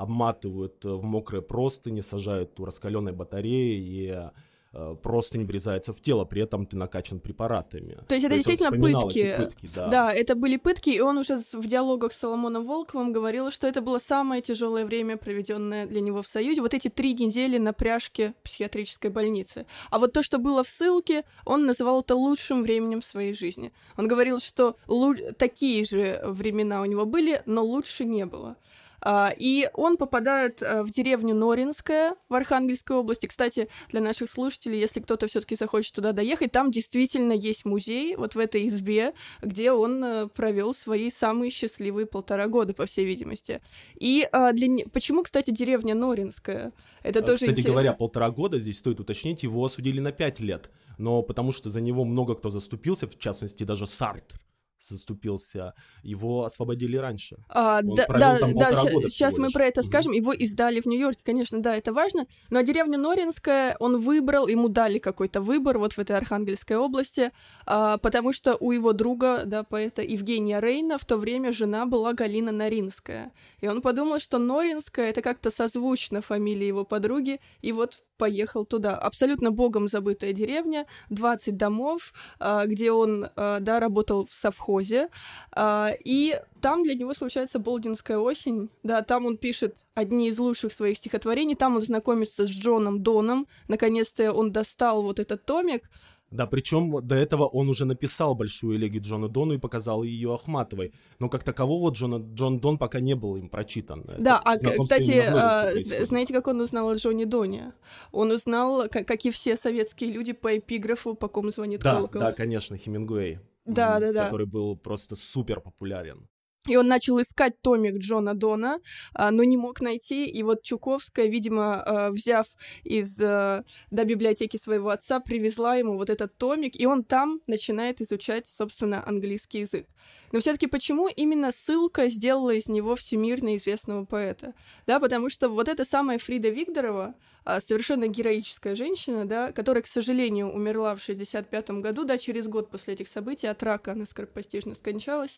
S2: обматывают в мокрые простыни, сажают у раскаленной батареи и простынь врезается в тело, при этом ты накачан препаратами.
S3: То есть это действительно пытки.
S2: Да.
S3: Да, это были пытки, и он уже в диалогах с Соломоном Волковым говорил, что это было самое тяжелое время, проведенное для него в Союзе. Вот эти 3 недели на пряжке психиатрической больницы. А вот то, что было в ссылке, он называл это лучшим временем в своей жизни. Он говорил, что такие же времена у него были, но лучше не было. И он попадает в деревню Норинская в Архангельской области. Кстати, для наших слушателей, если кто-то все-таки захочет туда доехать, там действительно есть музей, вот в этой избе, где он провел свои самые счастливые 1,5 года, по всей видимости. И почему, кстати, деревня Норинская? Это тоже
S2: кстати
S3: интересно.
S2: говоря, 1,5 года, здесь стоит уточнить, его осудили на 5 лет. Но потому что за него много кто заступился, в частности, даже Сартр заступился, его освободили раньше.
S3: Сейчас мы про это скажем. Его издали в Нью-Йорке, конечно, да, это важно. Но деревня Норинская он выбрал, ему дали какой-то выбор вот в этой Архангельской области, потому что у его друга, да, поэта Евгения Рейна в то время жена была Галина Норинская. И он подумал, что Норинская — это как-то созвучно фамилии его подруги, и вот поехал туда. Абсолютно богом забытая деревня, 20 домов, где он, да, работал в совхозе, и там для него случается Болдинская осень, да, там он пишет одни из лучших своих стихотворений, там он знакомится с Джоном Доном, наконец-то он достал вот этот томик.
S2: Да, причем до этого он уже написал большую элегию Джону Дону и показал ее Ахматовой. Но как такового Джон Дон пока не был им прочитан.
S3: Да, кстати, знаете, как он узнал о Джоне Доне? Он узнал, как и все советские люди, по эпиграфу «По ком звонит колокол».
S2: Да, конечно, Хемингуэй.
S3: Да.
S2: Который был просто супер популярен.
S3: И он начал искать томик Джона Дона, но не мог найти. И вот Чуковская, видимо, взяв из библиотеки своего отца, привезла ему вот этот томик, и он там начинает изучать, собственно, английский язык. Но все-таки почему именно ссылка сделала из него всемирно известного поэта? Да, потому что вот эта самая Фрида Вигдорова, совершенно героическая женщина, да, которая, к сожалению, умерла в 1965 году, да, через год после этих событий, от рака она скоропостижно скончалась.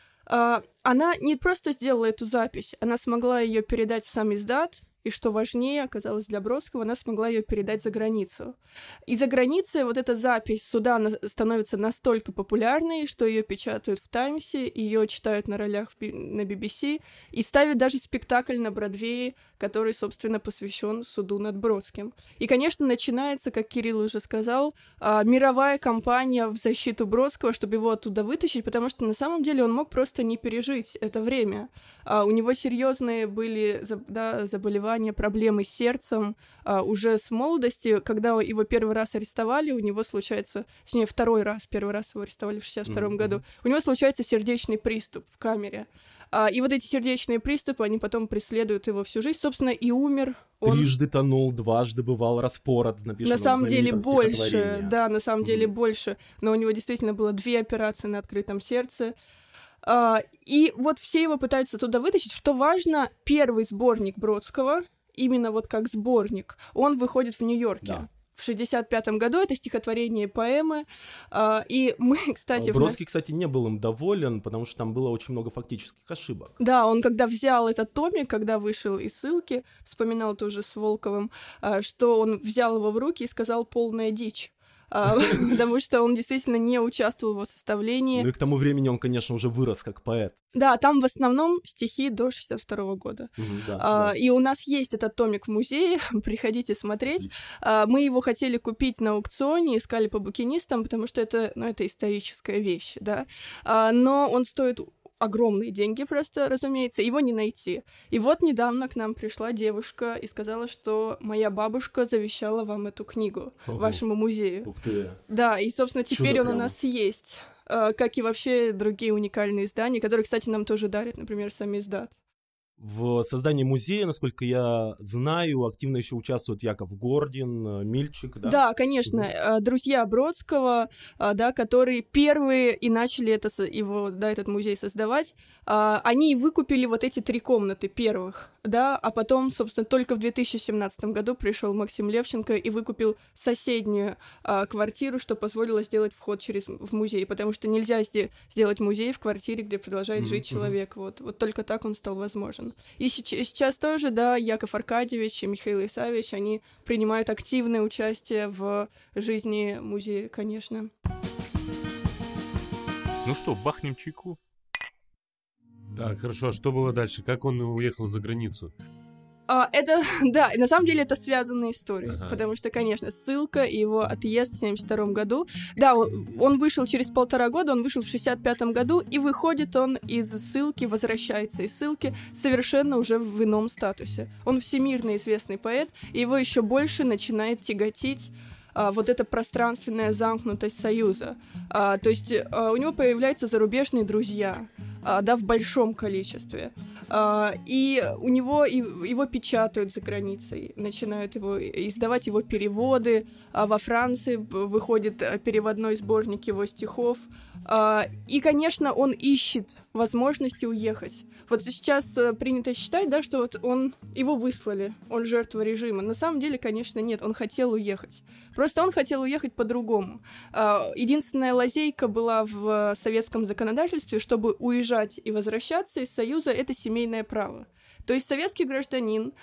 S3: Она не просто сделала эту запись, она смогла ее передать в сам издат, и, что важнее, оказалось для Бродского, она смогла ее передать за границу. И за границей вот эта запись суда становится настолько популярной, что ее печатают в Таймсе, ее читают на ролях на BBC и ставят даже спектакль на Бродвее, который, собственно, посвящен суду над Бродским. И, конечно, начинается, как Кирилл уже сказал, мировая кампания в защиту Бродского, чтобы его оттуда вытащить, потому что на самом деле он мог просто не пережить это время. У него серьезные были заболевания, проблемы с сердцем уже с молодости. Когда его первый раз арестовали, у него случается... Точнее, первый раз его арестовали в 1962 году. У него случается сердечный приступ в камере. И вот эти сердечные приступы, они потом преследуют его всю жизнь. Собственно, и умер он.
S2: 3 тонул, 2 бывал распорот, написано
S3: на самом деле больше,
S2: стихотворении.
S3: да, на самом деле больше. Но у него действительно было 2 операции на открытом сердце. И вот все его пытаются туда вытащить. Что важно, первый сборник Бродского, именно вот как сборник, он выходит в Нью-Йорке. Да. В 1965 году это стихотворение и поэмы. И мы, кстати...
S2: Бродский, кстати, не был им доволен, потому что там было очень много фактических ошибок.
S3: Да, он когда взял этот томик, когда вышел из ссылки, вспоминал тоже с Волковым, что он взял его в руки и сказал «полная дичь». Потому что он действительно не участвовал в его составлении.
S2: Ну и к тому времени он, конечно, уже вырос как поэт.
S3: Да, там в основном стихи до 1962 года.
S2: Да.
S3: И у нас есть этот томик в музее, приходите смотреть. Мы его хотели купить на аукционе, искали по букинистам, потому что это историческая вещь, да. Но он стоит огромные деньги просто, разумеется, его не найти. И вот недавно к нам пришла девушка и сказала, что моя бабушка завещала вам эту книгу, вашему музею.
S2: Ух ты.
S3: Да, и, собственно, теперь он у нас есть, как и вообще другие уникальные издания, которые, кстати, нам тоже дарят, например, сам издат.
S2: В создании музея, насколько я знаю, активно еще участвуют Яков Гордин, Мильчик, да?
S3: Да, конечно, друзья Бродского, да, которые первые и начали этот музей создавать, они выкупили вот эти 3 комнаты первых, да, а потом, собственно, только в 2017 году пришел Максим Левченко и выкупил соседнюю квартиру, что позволило сделать вход в музей, потому что нельзя сделать музей в квартире, где продолжает жить человек, вот только так он стал возможен. времен. И сейчас тоже, да, Яков Аркадьевич и Михаил Исаевич, они принимают активное участие в жизни музея, конечно.
S4: Ну что, бахнем чайку?
S1: Так, хорошо, а что было дальше? Как он уехал за границу?
S3: Это, да, на самом деле это связанная история,
S1: Ага.
S3: потому что, конечно, ссылка и его отъезд в 1972 году. Да, он вышел через 1,5 года, он вышел в 1965 году, и выходит он из ссылки, возвращается из ссылки совершенно уже в ином статусе. Он всемирно известный поэт, и его еще больше начинает тяготить вот эта пространственная замкнутость Союза. То есть у него появляются зарубежные друзья, да, в большом количестве. И у него его печатают за границей, начинают издавать его переводы. Во Франции выходит переводной сборник его стихов. И, конечно, он ищет возможности уехать. Вот сейчас принято считать, да, что вот его выслали, он жертва режима. На самом деле, конечно, нет, он хотел уехать. Просто он хотел уехать по-другому. Единственная лазейка была в советском законодательстве, чтобы уезжать и возвращаться из Союза, это семейное право. То есть советский гражданин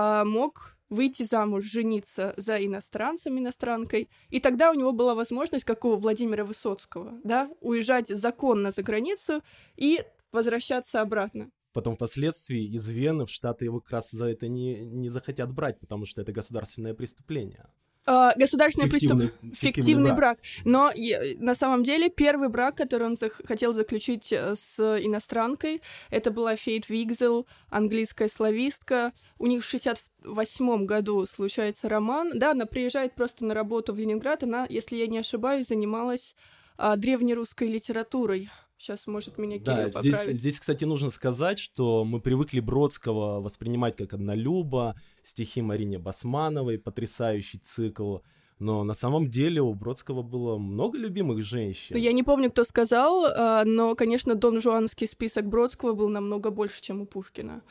S3: мог выйти замуж, жениться за иностранцем, иностранкой, и тогда у него была возможность, как у Владимира Высоцкого, да, уезжать законно за границу и возвращаться обратно.
S2: Потом впоследствии из Вены в Штаты его как раз за это не захотят брать, потому что это государственное преступление.
S3: Государственное фиктивный брак. Но на самом деле первый брак, который он хотел заключить с иностранкой, это была Фейт Вигзел, английская славистка. У них в 1968 году случается роман. Да, она приезжает просто на работу в Ленинград. Она, если я не ошибаюсь, занималась древнерусской литературой. Сейчас, может, меня Кирилл поправит.
S2: Здесь, кстати, нужно сказать, что мы привыкли Бродского воспринимать как однолюба, стихи Марине Басмановой, потрясающий цикл, но на самом деле у Бродского было много любимых женщин.
S3: Я не помню, кто сказал, но, конечно, донжуанский список Бродского был намного больше, чем у Пушкина.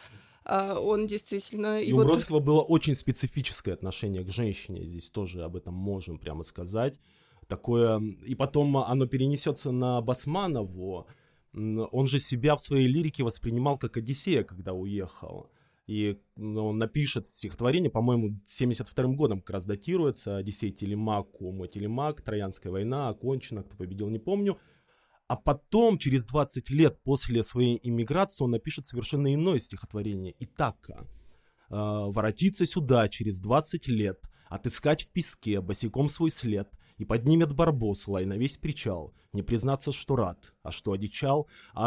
S3: Он действительно...
S2: И у Бродского было очень специфическое отношение к женщине, здесь тоже об этом можем прямо сказать. Такое, и потом оно перенесется на Басманову. Он же себя в своей лирике воспринимал как Одиссея, когда уехал. И он напишет стихотворение, по-моему, 72-м годом как раз датируется, Одиссей Телемаку, мой Телемак, Троянская война, окончена, кто победил, не помню. А потом, через 20 лет после своей иммиграции, он напишет совершенно иное стихотворение. Итака. «Воротиться сюда через 20 лет, отыскать в песке босиком свой след, и поднимет барбос лай на весь причал, не признаться, что рад, а что одичал,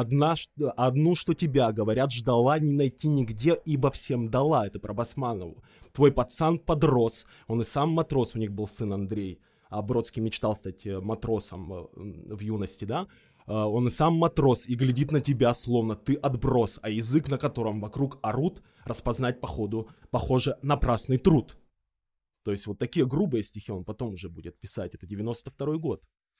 S2: одну, что тебя, говорят, ждала, не найти нигде, ибо всем дала». Это про Басманову. «Твой пацан подрос», он и сам матрос, у них был сын Андрей, а Бродский мечтал стать матросом в юности, да? Он и сам матрос, и глядит на тебя, словно ты отброс, а язык, на котором вокруг орут, распознать, походу, похоже, напрасный труд. То есть вот такие грубые стихи он потом уже будет писать. Это 92-й год.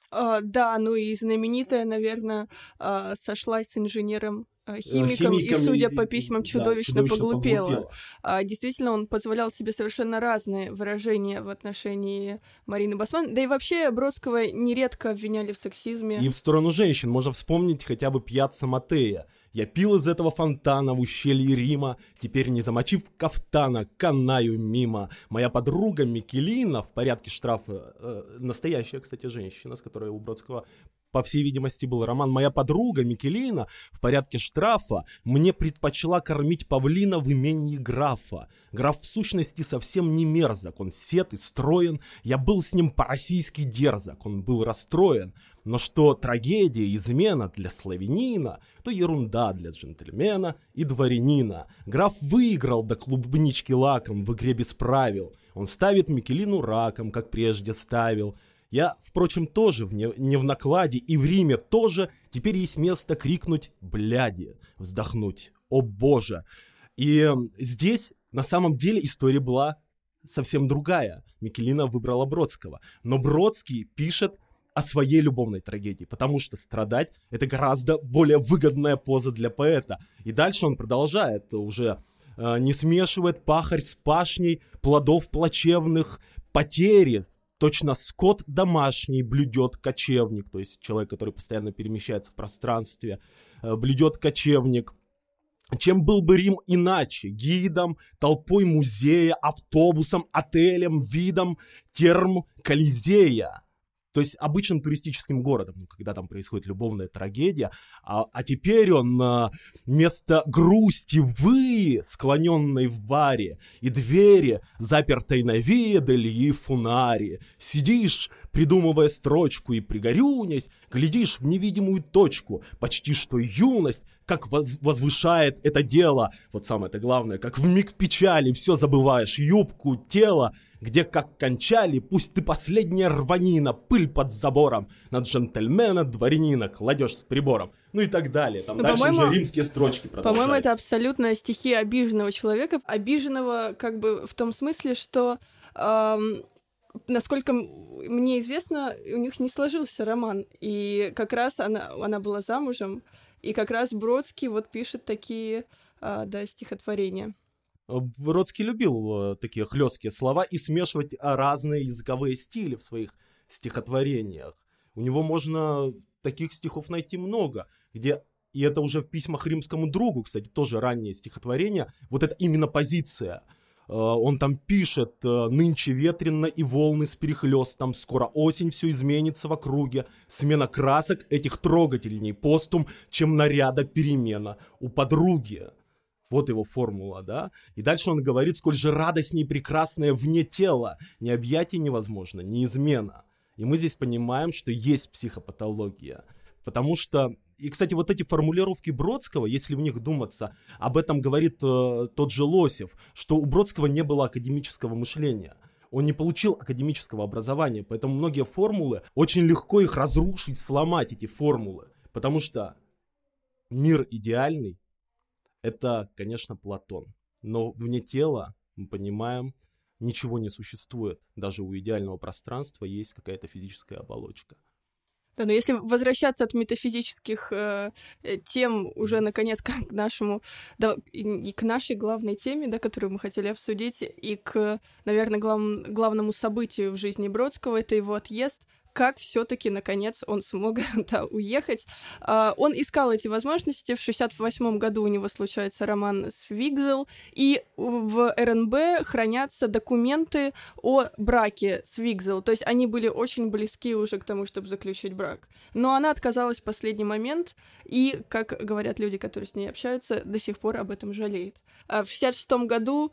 S3: Да, ну и знаменитая, наверное, сошлась с инженером химиком, и, судя по письмам, чудовищно поглупела. Действительно, он позволял себе совершенно разные выражения в отношении Марины Басмановой. Да и вообще Бродского нередко обвиняли в сексизме.
S2: И в сторону женщин можно вспомнить хотя бы Пьяцца Матея. «Я пил из этого фонтана в ущелье Рима, теперь, не замочив кафтана, канаю мимо. Моя подруга Микелина», в порядке штрафа, настоящая, кстати, женщина, с которой у Бродского, по всей видимости, был роман. «Моя подруга Микелина в порядке штрафа мне предпочла кормить павлина в имении графа. Граф в сущности совсем не мерзок, он сед и строен, я был с ним по-российски дерзок, он был расстроен. Но что трагедия, измена для славянина, то ерунда для джентльмена и дворянина. Граф выиграл до клубнички лаком в игре без правил. Он ставит Микелину раком, как прежде ставил. Я, впрочем, тоже не в накладе, и в Риме тоже. Теперь есть место крикнуть «бляди», вздохнуть «о боже». И здесь на самом деле история была совсем другая. Микелина выбрала Бродского. Но Бродский пишет о своей любовной трагедии, потому что страдать — это гораздо более выгодная поза для поэта. И дальше он продолжает уже «не смешивает пахарь с пашней плодов плачевных, потери, точно скот домашний блюдет кочевник», то есть человек, который постоянно перемещается в пространстве, блюдет кочевник. Чем был бы Рим иначе? Гидом, толпой музея, автобусом, отелем, видом, терм Колизея. То есть обычным туристическим городом, когда там происходит любовная трагедия. А теперь он вместо грусти вы, склоненной в баре, и двери, запертой на виа дель фунари. Сидишь, придумывая строчку, и пригорюнясь, глядишь в невидимую точку, почти что юность, как возвышает это дело. Вот самое-то главное, как вмиг печали все забываешь, юбку, тело, где как кончали, пусть ты последняя рванина, пыль под забором, на джентльмена, дворянина кладешь с прибором. Ну и так далее. Там дальше уже римские строчки продолжаются.
S3: По-моему, это абсолютно стихи обиженного человека. Обиженного как бы в том смысле, что, насколько мне известно, у них не сложился роман. И как раз она была замужем, и как раз Бродский вот пишет такие стихотворения.
S2: Бродский любил такие хлесткие слова и смешивать разные языковые стили в своих стихотворениях. У него можно таких стихов найти много, где, и это уже в письмах римскому другу, кстати, тоже раннее стихотворение, вот это именно позиция. Он там пишет: «Нынче ветренно и волны с перехлёстом, скоро осень, все изменится в округе, смена красок этих трогательней постум, чем наряда перемена у подруги». Вот его формула, да? И дальше он говорит: сколь же радостней прекрасное вне тела, ни объятие невозможно, ни измена. И мы здесь понимаем, что есть психопатология. Потому что, и, кстати, вот эти формулировки Бродского, если в них думаться, об этом говорит тот же Лосев, что у Бродского не было академического мышления. Он не получил академического образования, поэтому многие формулы, очень легко их разрушить, сломать эти формулы. Потому что мир идеальный — это, конечно, Платон. Но вне тела, мы понимаем, ничего не существует. Даже у идеального пространства есть какая-то физическая оболочка.
S3: Да, но если возвращаться от метафизических тем уже, наконец, к нашему, да, и к нашей главной теме, да, которую мы хотели обсудить, и к, наверное, главному событию в жизни Бродского, это его отъезд. Как все-таки, наконец, он смог уехать. Он искал эти возможности. В 1968 году у него случается роман с Вигзел, и в РНБ хранятся документы о браке с Вигзел. То есть они были очень близки уже к тому, чтобы заключить брак. Но она отказалась в последний момент, и, как говорят люди, которые с ней общаются, до сих пор об этом жалеет. В 1966 году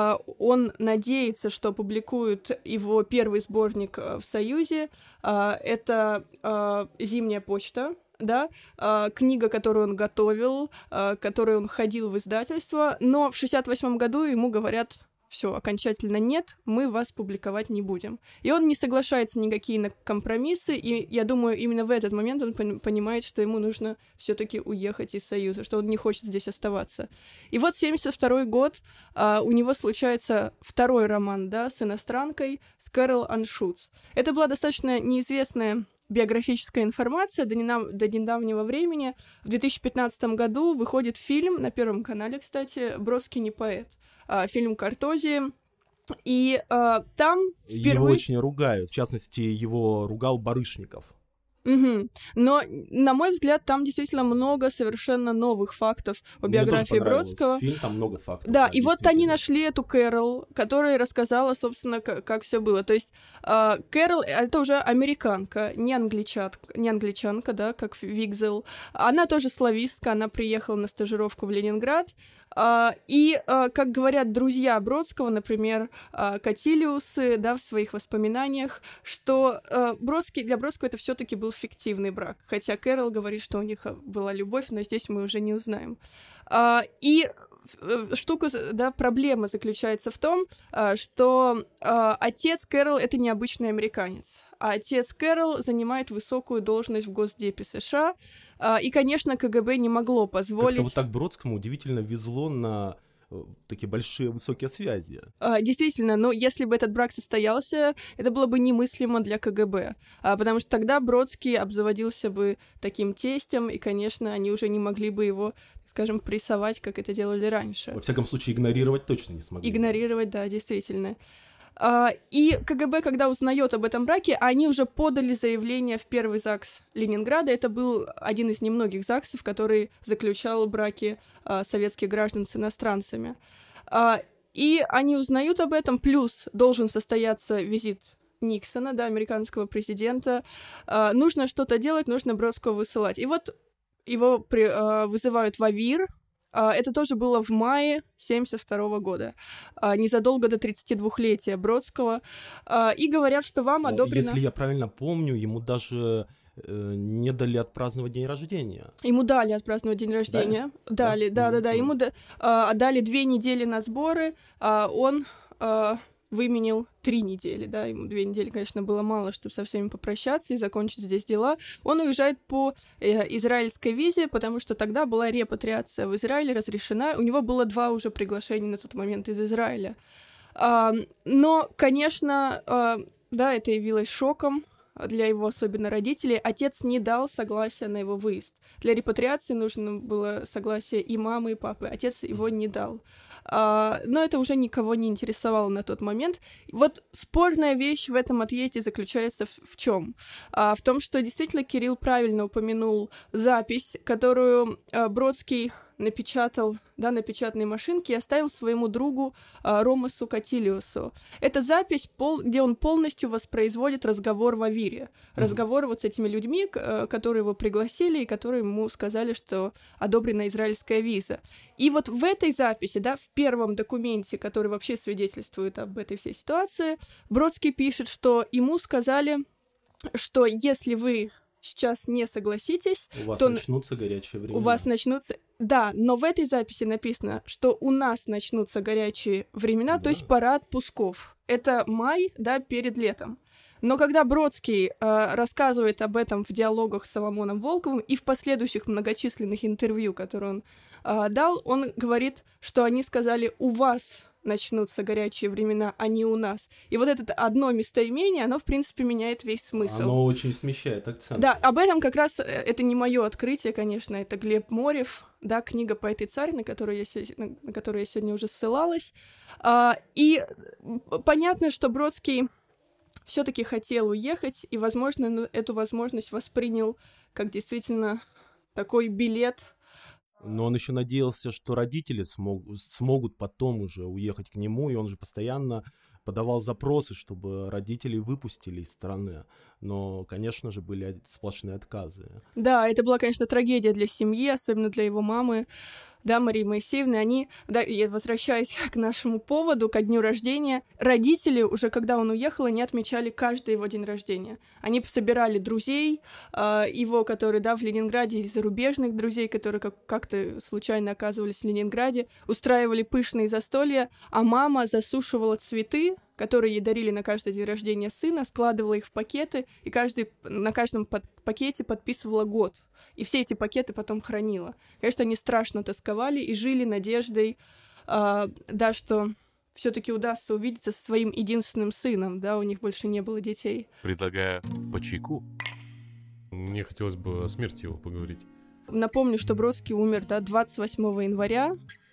S3: он надеется, что опубликуют его первый сборник в Союзе. Это «Зимняя почта», да, книга, которую он готовил, которой он ходил в издательство, но в 1968 году ему говорят: все, окончательно нет, мы вас публиковать не будем. И он не соглашается ни какие на компромиссы, и я думаю, именно в этот момент он понимает, что ему нужно все-таки уехать из Союза, что он не хочет здесь оставаться. И вот 1972 год, у него случается второй роман, да, с иностранкой, с Кэрол Анн Шутц. Это была достаточно неизвестная биографическая информация до недавнего времени. В 2015 году выходит фильм, на Первом канале, кстати, «Бродский не поэт». Фильм Картози, и там впервые...
S2: Его очень ругают, в частности, его ругал Барышников.
S3: Угу. Но, на мой взгляд, там действительно много совершенно новых фактов о биографии Бродского.
S2: Фильм, там много фактов.
S3: Да, и вот они нашли эту Кэрол, которая рассказала, собственно, как все было. То есть Кэрол — это уже американка, не англичанка, да, как Вигзел. Она тоже славистка, она приехала на стажировку в Ленинград. И, как говорят друзья Бродского, например, Катилиусы, да, в своих воспоминаниях, что для Бродского это все-таки был фиктивный брак. Хотя Кэрол говорит, что у них была любовь, но здесь мы уже не узнаем. И штука, да, проблема заключается в том, что отец Кэрол — это необычный американец. А отец Кэрол занимает высокую должность в Госдепе США, и, конечно, КГБ не могло позволить...
S2: Как-то вот так Бродскому удивительно везло на такие большие высокие связи.
S3: Действительно, но если бы этот брак состоялся, это было бы немыслимо для КГБ, потому что тогда Бродский обзаводился бы таким тестем, и, конечно, они уже не могли бы его, скажем, прессовать, как это делали раньше.
S2: Во всяком случае, игнорировать точно не смогли.
S3: Игнорировать, да, действительно. И КГБ, когда узнает об этом браке, они уже подали заявление в первый ЗАГС Ленинграда. Это был один из немногих ЗАГСов, который заключал браки советских граждан с иностранцами. И они узнают об этом, плюс должен состояться визит Никсона, да, американского президента. Нужно что-то делать, нужно Бродского высылать. И вот его вызывают в АВИР. Это тоже было в мае 1972 года, незадолго до 32-летия Бродского. И говорят, что вам одобрено...
S2: Если я правильно помню, ему даже не дали отпраздновать день рождения.
S3: Ему дали отпраздновать день рождения. Дали, да. Ему дали 2 недели на сборы, он выменил 3 недели, да, ему 2 недели, конечно, было мало, чтобы со всеми попрощаться и закончить здесь дела. Он уезжает по израильской визе, потому что тогда была репатриация в Израиле разрешена, у него было 2 уже приглашения на тот момент из Израиля. Но, конечно, да, это явилось шоком для его, особенно родителей. Отец не дал согласия на его выезд. Для репатриации нужно было согласие и мамы, и папы. Отец его не дал. Но это уже никого не интересовало на тот момент. Вот спорная вещь в этом отъезде заключается в чем? В том, что действительно Кирилл правильно упомянул запись, которую Бродский напечатал, да, на печатной машинке и оставил своему другу Ромасу Катилиусу. Это запись, где он полностью воспроизводит разговор в АВИРе. Разговор вот с этими людьми, которые его пригласили и которые ему сказали, что одобрена израильская виза. И вот в этой записи, да, в первом документе, который вообще свидетельствует об этой всей ситуации, Бродский пишет, что ему сказали, что если вы сейчас не согласитесь,
S2: у вас
S3: то
S2: начнутся горячие времена.
S3: У вас начнутся... Да, но в этой записи написано, что у нас начнутся горячие времена, да. То есть пора отпусков. Это май, да, перед летом. Но когда Бродский рассказывает об этом в диалогах с Соломоном Волковым и в последующих многочисленных интервью, которые он дал, он говорит, что они сказали «у вас начнутся горячие времена, а не у нас». И вот это одно местоимение, оно, в принципе, меняет весь смысл.
S2: Оно очень смещает акцент.
S3: Да, об этом как раз, это не мое открытие, конечно, это Глеб Морев, да, книга «Поэт и царь», на которую я сегодня уже ссылалась. И понятно, что Бродский все-таки хотел уехать, и, возможно, эту возможность воспринял как действительно такой билет.
S2: Но он еще надеялся, что родители смогут потом уже уехать к нему, и он же постоянно подавал запросы, чтобы родителей выпустили из страны. Но, конечно же, были сплошные отказы.
S3: Да, это была, конечно, трагедия для семьи, особенно для его мамы, да, Марии Моисеевны. Они, да, и возвращаясь к нашему поводу, ко дню рождения, родители уже, когда он уехал, они отмечали каждый его день рождения. Они собирали друзей его, которые, да, в Ленинграде, и зарубежных друзей, которые как-то случайно оказывались в Ленинграде, устраивали пышные застолья, а мама засушивала цветы, которые ей дарили на каждый день рождения сына, складывала их в пакеты, и на каждом пакете подписывала год. И все эти пакеты потом хранила. Конечно, они страшно тосковали и жили надеждой, да, что все-таки удастся увидеться со своим единственным сыном, да, у них больше не было детей.
S4: Предлагаю по чайку.
S1: Мне хотелось бы о смерти его поговорить.
S3: Напомню, что Бродский умер, да, 28 января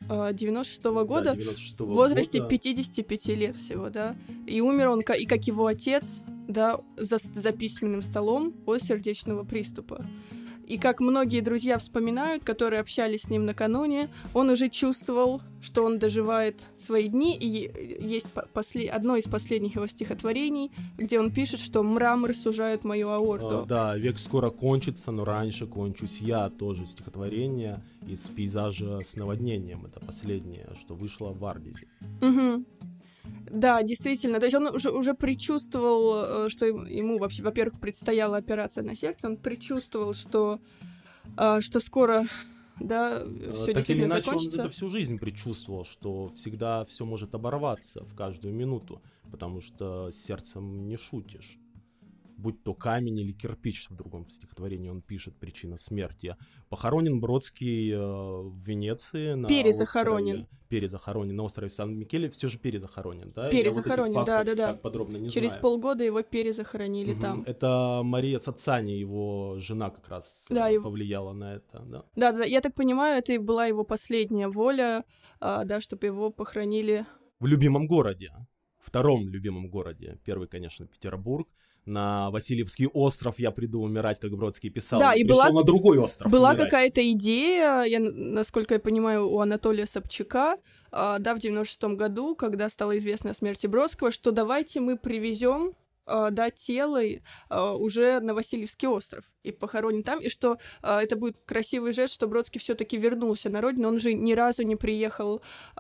S3: 96 года,
S2: да, 96-го
S3: в возрасте
S2: года.
S3: 55 лет всего, да. И умер он, и как его отец, да, за письменным столом от сердечного приступа. И как многие друзья вспоминают, которые общались с ним накануне, он уже чувствовал, что он доживает свои дни. И есть одно из последних его стихотворений, где он пишет, что «мрамор сужает мою аорту».
S2: Да, век скоро кончится, но раньше кончусь я. Тоже стихотворение из пейзажа с наводнением. Это последнее, что вышло в Ардизе.
S3: Угу. Да, действительно. То есть он уже предчувствовал, что ему вообще, во-первых, предстояла операция на сердце. Он предчувствовал, что скоро, да, все
S2: так или
S3: действительно
S2: иначе,
S3: закончится.
S2: он это всю жизнь предчувствовал, что всегда все может оборваться в каждую минуту, потому что с сердцем не шутишь. Будь то камень или кирпич, в другом стихотворении он пишет «Причина смерти». Похоронен Бродский в Венеции на
S3: Перезахоронен.
S2: На острове Сан-Микеле. Все же перезахоронен, да?
S3: Перезахоронен,
S2: Я
S3: да.
S2: так подробно не
S3: Через
S2: знаю.
S3: полгода его перезахоронили там.
S2: Это Мария Цацани, его жена, как раз повлияла на это, да?
S3: Да, я так понимаю, это и была его последняя воля, да, чтобы его похоронили
S2: в любимом городе. втором любимом городе. Первый, конечно, Петербург. На Васильевский остров я приду умирать, как Бродский писал.
S3: Да, и
S2: пришел на другой остров
S3: была
S2: умирать.
S3: какая-то идея, насколько я понимаю, у Анатолия Собчака, в 96-м году, когда стало известно о смерти Бродского, что давайте мы привезем тело уже на Васильевский остров и похороним там, и что это будет красивый жест, что Бродский все-таки вернулся на родину, он же ни разу не приехал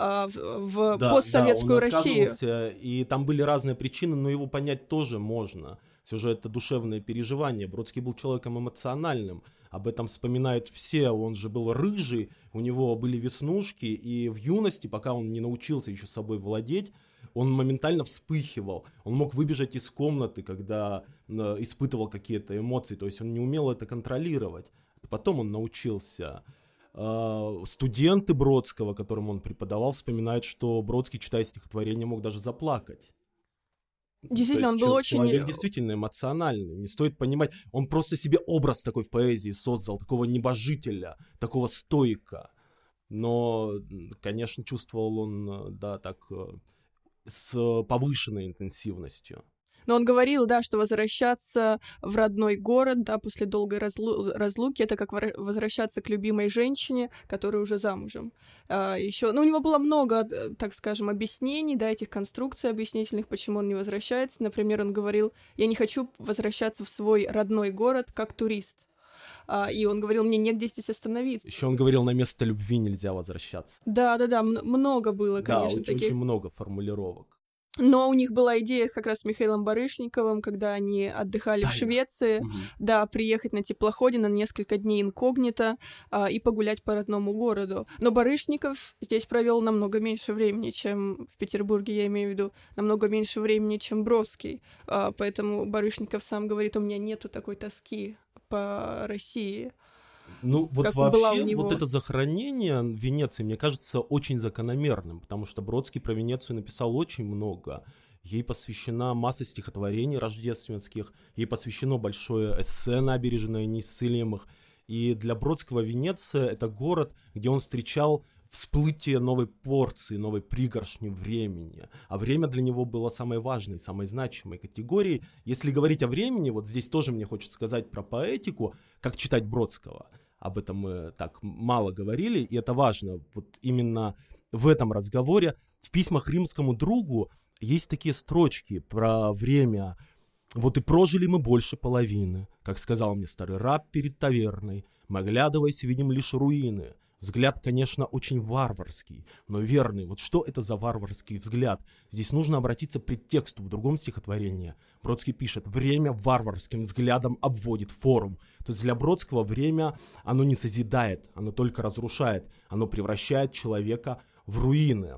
S3: в постсоветскую Россию.
S2: И там были разные причины, но его понять тоже можно. Все же это душевное переживание. Бродский был человеком эмоциональным, об этом вспоминают все. Он же был рыжий, у него были веснушки, и в юности, пока он не научился еще собой владеть, он моментально вспыхивал. Он мог выбежать из комнаты, когда испытывал какие-то эмоции, то есть он не умел это контролировать. Потом он научился. Студенты Бродского, которым он преподавал, вспоминают, что Бродский, читая стихотворение, мог даже заплакать.
S3: Действительно, он был очень...
S2: Человек действительно эмоциональный, не стоит понимать. Он просто себе образ такой в поэзии создал, такого небожителя, такого стоика. Но, конечно, чувствовал он, да, так, с повышенной интенсивностью.
S3: Но он говорил, да, что возвращаться в родной город, да, после долгой разлуки, это как возвращаться к любимой женщине, которая уже замужем. Еще, у него было много, так скажем, объяснений, да, этих конструкций объяснительных, почему он не возвращается. Например, он говорил: я не хочу возвращаться в свой родной город как турист. И он говорил: мне негде здесь остановиться.
S2: Еще он говорил: на место любви нельзя возвращаться.
S3: Да, много было, конечно,
S2: да,
S3: таких.
S2: очень много формулировок.
S3: Но у них была идея как раз с Михаилом Барышниковым, когда они отдыхали в Швеции, да, приехать на теплоходе на несколько дней инкогнито и погулять по родному городу. Но Барышников здесь провел намного меньше времени, чем в Петербурге, я имею в виду, намного меньше времени, чем Бродский. Поэтому Барышников сам говорит: у меня нету такой тоски по России.
S2: Ну, вот вообще, вот это захоронение в Венеции, мне кажется, очень закономерным, потому что Бродский про Венецию написал очень много. Ей посвящена масса стихотворений рождественских, ей посвящено большое эссе «Набережная неисцелимых». И для Бродского Венеция — это город, где он встречал всплытие новой порции, новой пригоршни времени. А время для него было самой важной, самой значимой категорией. Если говорить о времени, вот здесь тоже мне хочется сказать про поэтику, как читать Бродского. Об этом мы так мало говорили, и это важно. Вот именно в этом разговоре в письмах римскому другу есть такие строчки про время. «Вот и прожили мы больше половины, как сказал мне старый раб перед таверной. Мы, оглядываясь, видим лишь руины. Взгляд, конечно, очень варварский, но верный. Вот что это за варварский взгляд? Здесь нужно обратиться к предтексту в другом стихотворении. Бродский пишет: «Время варварским взглядом обводит форум». То есть для Бродского время, оно не созидает, оно только разрушает. Оно превращает человека в руины.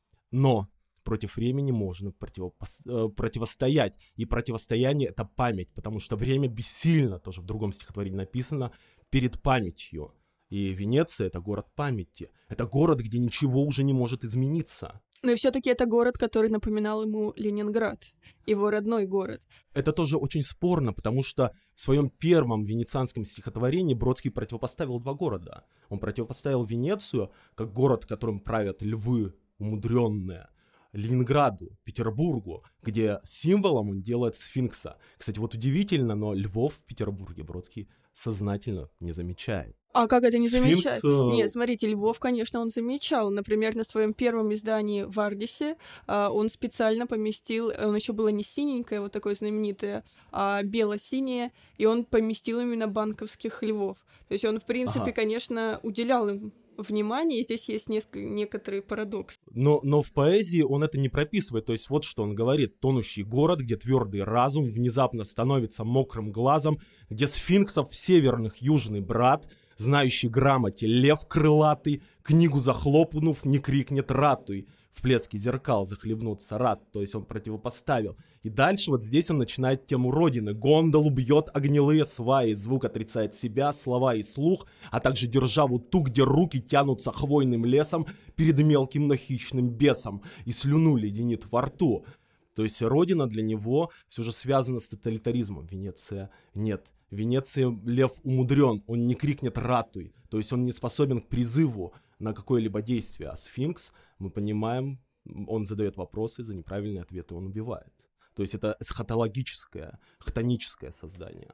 S2: Но против времени можно противостоять. И противостояние — это память, потому что время бессильно, тоже в другом стихотворении написано, перед памятью. И Венеция — это город памяти. Это город, где ничего уже не может измениться.
S3: Но и все-таки это город, который напоминал ему Ленинград, его родной город.
S2: Это тоже очень спорно, потому что в своем первом венецианском стихотворении Бродский противопоставил два города. Он противопоставил Венецию, как город, которым правят львы умудренные, Ленинграду, Петербургу, где символом он делает сфинкса. Кстати, вот удивительно, но львов в Петербурге Бродский сознательно не замечает.
S3: А как это не замечать?
S2: Сфинкс...
S3: Нет, смотрите, львов, конечно, он замечал. Например, на своем первом издании в Ардисе он специально поместил, он еще было не синенькое, вот такое знаменитое, а бело-синее, и он поместил именно банковских львов. То есть он, в принципе, конечно, уделял им внимание, и здесь есть некоторые парадоксы.
S2: Но в поэзии он это не прописывает, то есть вот что он говорит: тонущий город, где твердый разум внезапно становится мокрым глазом, где сфинксов северных южный брат, знающий грамоте лев крылатый, книгу захлопнув, не крикнет ратуй, в плеске зеркал захлебнуться рад, то есть он противопоставил. И дальше вот здесь он начинает тему родины. Гондолу бьет огнилые сваи, звук отрицает себя, слова и слух, а также державу ту, где руки тянутся хвойным лесом перед мелким, но хищным бесом, и слюну леденит во рту. То есть родина для него все же связана с тоталитаризмом. Венеция нет. В Венеции лев умудрен, он не крикнет ратуй, то есть он не способен к призыву на какое-либо действие. А сфинкс, мы понимаем, Он задает вопросы, за неправильные ответы он убивает. То есть это эсхатологическое, хтоническое создание.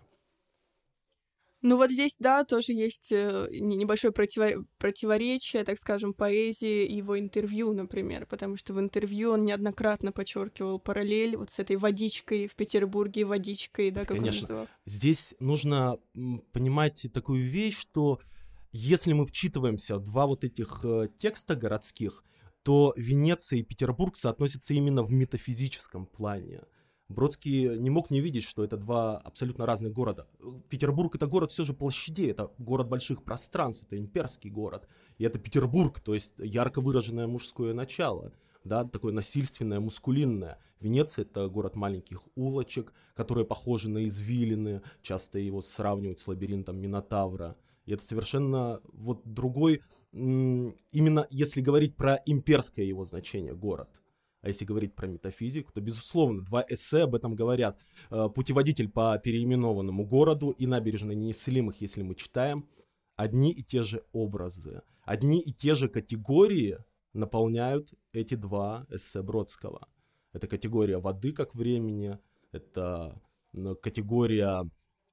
S3: Ну вот здесь, да, тоже есть небольшое противоречие, так скажем, поэзии и его интервью, например, потому что в интервью он неоднократно подчеркивал параллель вот с этой водичкой в Петербурге, водичкой, да, как он называл.
S2: Здесь нужно понимать такую вещь, что если мы вчитываемся в два вот этих текста городских, то Венеция и Петербург соотносятся именно в метафизическом плане. Бродский не мог не видеть, что это два абсолютно разных города. Петербург — это город все же площадей, это город больших пространств, это имперский город. И это Петербург, то есть ярко выраженное мужское начало, да, такое насильственное, мускулинное. Венеция — это город маленьких улочек, которые похожи на извилины, часто его сравнивают с лабиринтом Минотавра. И это совершенно вот другой, именно если говорить про имперское его значение, город. А если говорить про метафизику, то, безусловно, два эссе об этом говорят. «Путеводитель по переименованному городу» и «Набережная неисцелимых», если мы читаем, одни и те же образы, одни и те же категории наполняют эти два эссе Бродского. Это категория воды как времени, это категория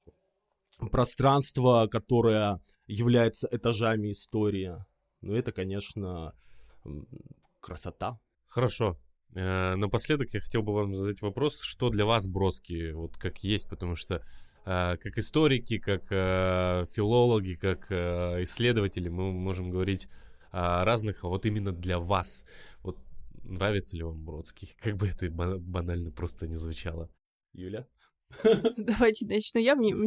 S2: пространства, которое является этажами истории. Ну, это, конечно, красота.
S1: Хорошо. Напоследок я хотел бы вам задать вопрос, что для вас Бродский вот как есть, потому что как историки, как филологи, как исследователи мы можем говорить о разных, а вот именно для вас, вот нравится ли вам Бродский, как бы это банально просто не звучало.
S2: Юля?
S3: Давайте начну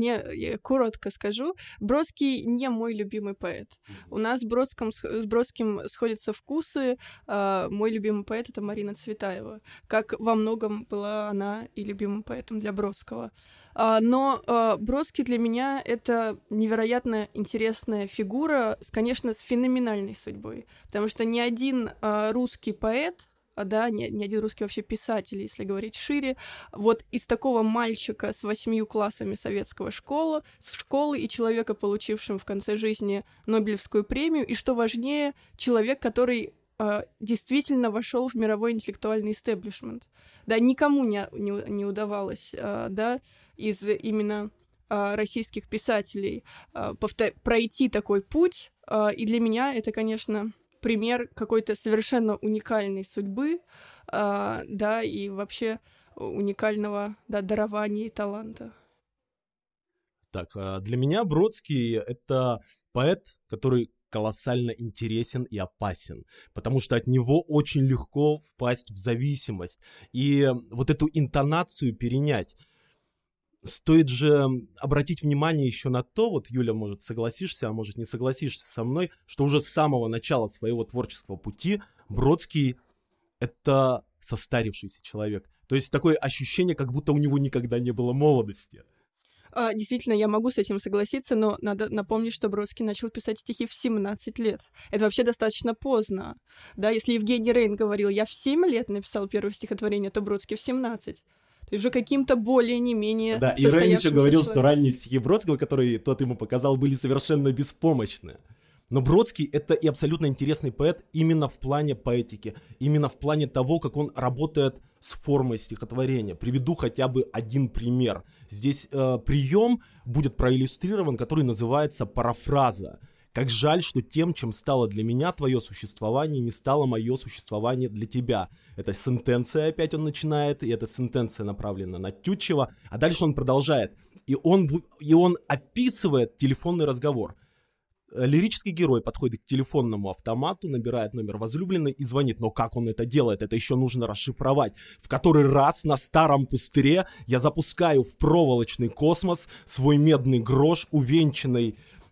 S3: я коротко скажу. Бродский не мой любимый поэт. У нас с Бродским сходятся вкусы. Мой любимый поэт — это Марина Цветаева. Как во многом была она и любимым поэтом для Бродского. Но Бродский для меня — это невероятно интересная фигура, конечно, с феноменальной судьбой. Потому что ни один русский поэт, да, ни один русский вообще писатель, если говорить шире, вот из такого мальчика с 8 классами советского школы и человека, получившим в конце жизни Нобелевскую премию, и, что важнее, человек, который действительно вошел в мировой интеллектуальный истеблишмент. Да, никому не удавалось, да, из именно российских писателей пройти такой путь, и для меня это, конечно, пример какой-то совершенно уникальной судьбы, да, и вообще уникального, да, дарования и таланта.
S2: Так, для меня Бродский — это поэт, который колоссально интересен и опасен, потому что от него очень легко впасть в зависимость и вот эту интонацию перенять. Стоит же обратить внимание еще на то, вот, Юля, может, согласишься, а может, не согласишься со мной, что уже с самого начала своего творческого пути Бродский — это состарившийся человек. То есть такое ощущение, как будто у него никогда не было молодости.
S3: Действительно, я могу с этим согласиться, но надо напомнить, что Бродский начал писать стихи в 17 лет. Это вообще достаточно поздно. Да, если Евгений Рейн говорил, я в 7 лет написал первое стихотворение, то Бродский в 17. То есть уже каким-то более не менее
S2: да, и Рейн еще говорил, что ранние стихи Бродского, которые тот ему показал, были совершенно беспомощны. Но Бродский — это и абсолютно интересный поэт именно в плане поэтики, именно в плане того, как он работает с формой стихотворения. Приведу хотя бы один пример. Здесь прием будет проиллюстрирован, который называется парафраза. Как жаль, что тем, чем стало для меня твое существование, не стало мое существование для тебя. Это сентенция опять он начинает, и эта сентенция направлена на Тютчева. А дальше он продолжает. И он описывает телефонный разговор. Лирический герой подходит к телефонному автомату, набирает номер возлюбленной и звонит. Но как он это делает? Это еще нужно расшифровать. В который раз на старом пустыре я запускаю в проволочный космос свой медный грош, увенчанный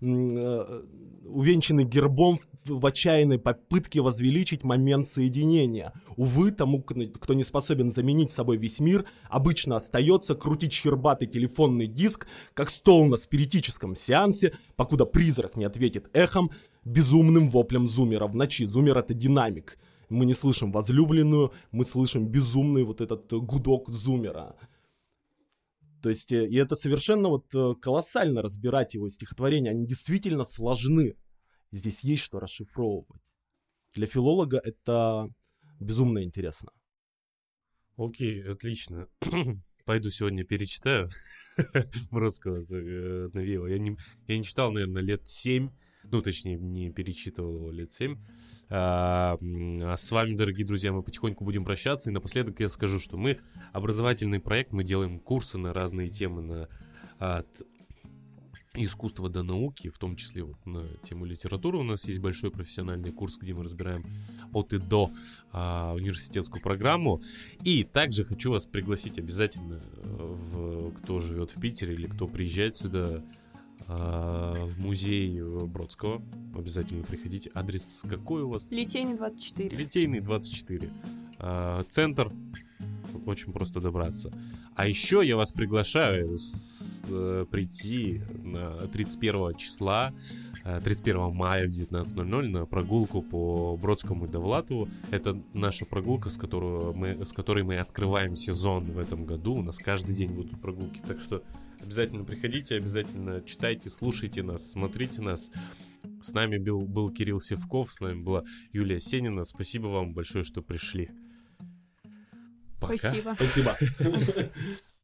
S2: гербом в отчаянной попытке возвеличить момент соединения. Увы, тому, кто не способен заменить собой весь мир, обычно остается крутить щербатый телефонный диск, как стол на спиритическом сеансе, покуда призрак не ответит эхом безумным воплем зумера в ночи. Зумер — это динамик. Мы не слышим возлюбленную, мы слышим безумный вот этот гудок зумера. То есть, и это совершенно вот колоссально разбирать его стихотворения. Они действительно сложны. Здесь есть что расшифровывать. Для филолога это безумно интересно.
S1: Окей, отлично. Пойду сегодня перечитаю Бродского навеяло. Я не читал, наверное, лет 7. Ну, точнее, не перечитывал его лет 7. А с вами, дорогие друзья, мы потихоньку будем прощаться. И напоследок я скажу, что мы образовательный проект, мы делаем курсы на разные темы, от искусства до науки, в том числе вот на тему литературы. У нас есть большой профессиональный курс, где мы разбираем от и до университетскую программу. И также хочу вас пригласить обязательно, кто живет в Питере или кто приезжает сюда, в музей Бродского. Обязательно приходите. Адрес какой у вас?
S3: Литейный 24.
S1: Литейный 24. Центр. Очень просто добраться. А еще я вас приглашаю прийти на 31 числа, 31 мая в 19:00 на прогулку по Бродскому и Довлатову. Это наша прогулка, с которой мы открываем сезон в этом году. У нас каждый день будут прогулки. Так что обязательно приходите, обязательно читайте, слушайте нас, смотрите нас. С нами был Кирилл Севков, с нами была Юлия Сенина. Спасибо вам большое, что пришли. Пока.
S3: Спасибо.
S2: Спасибо.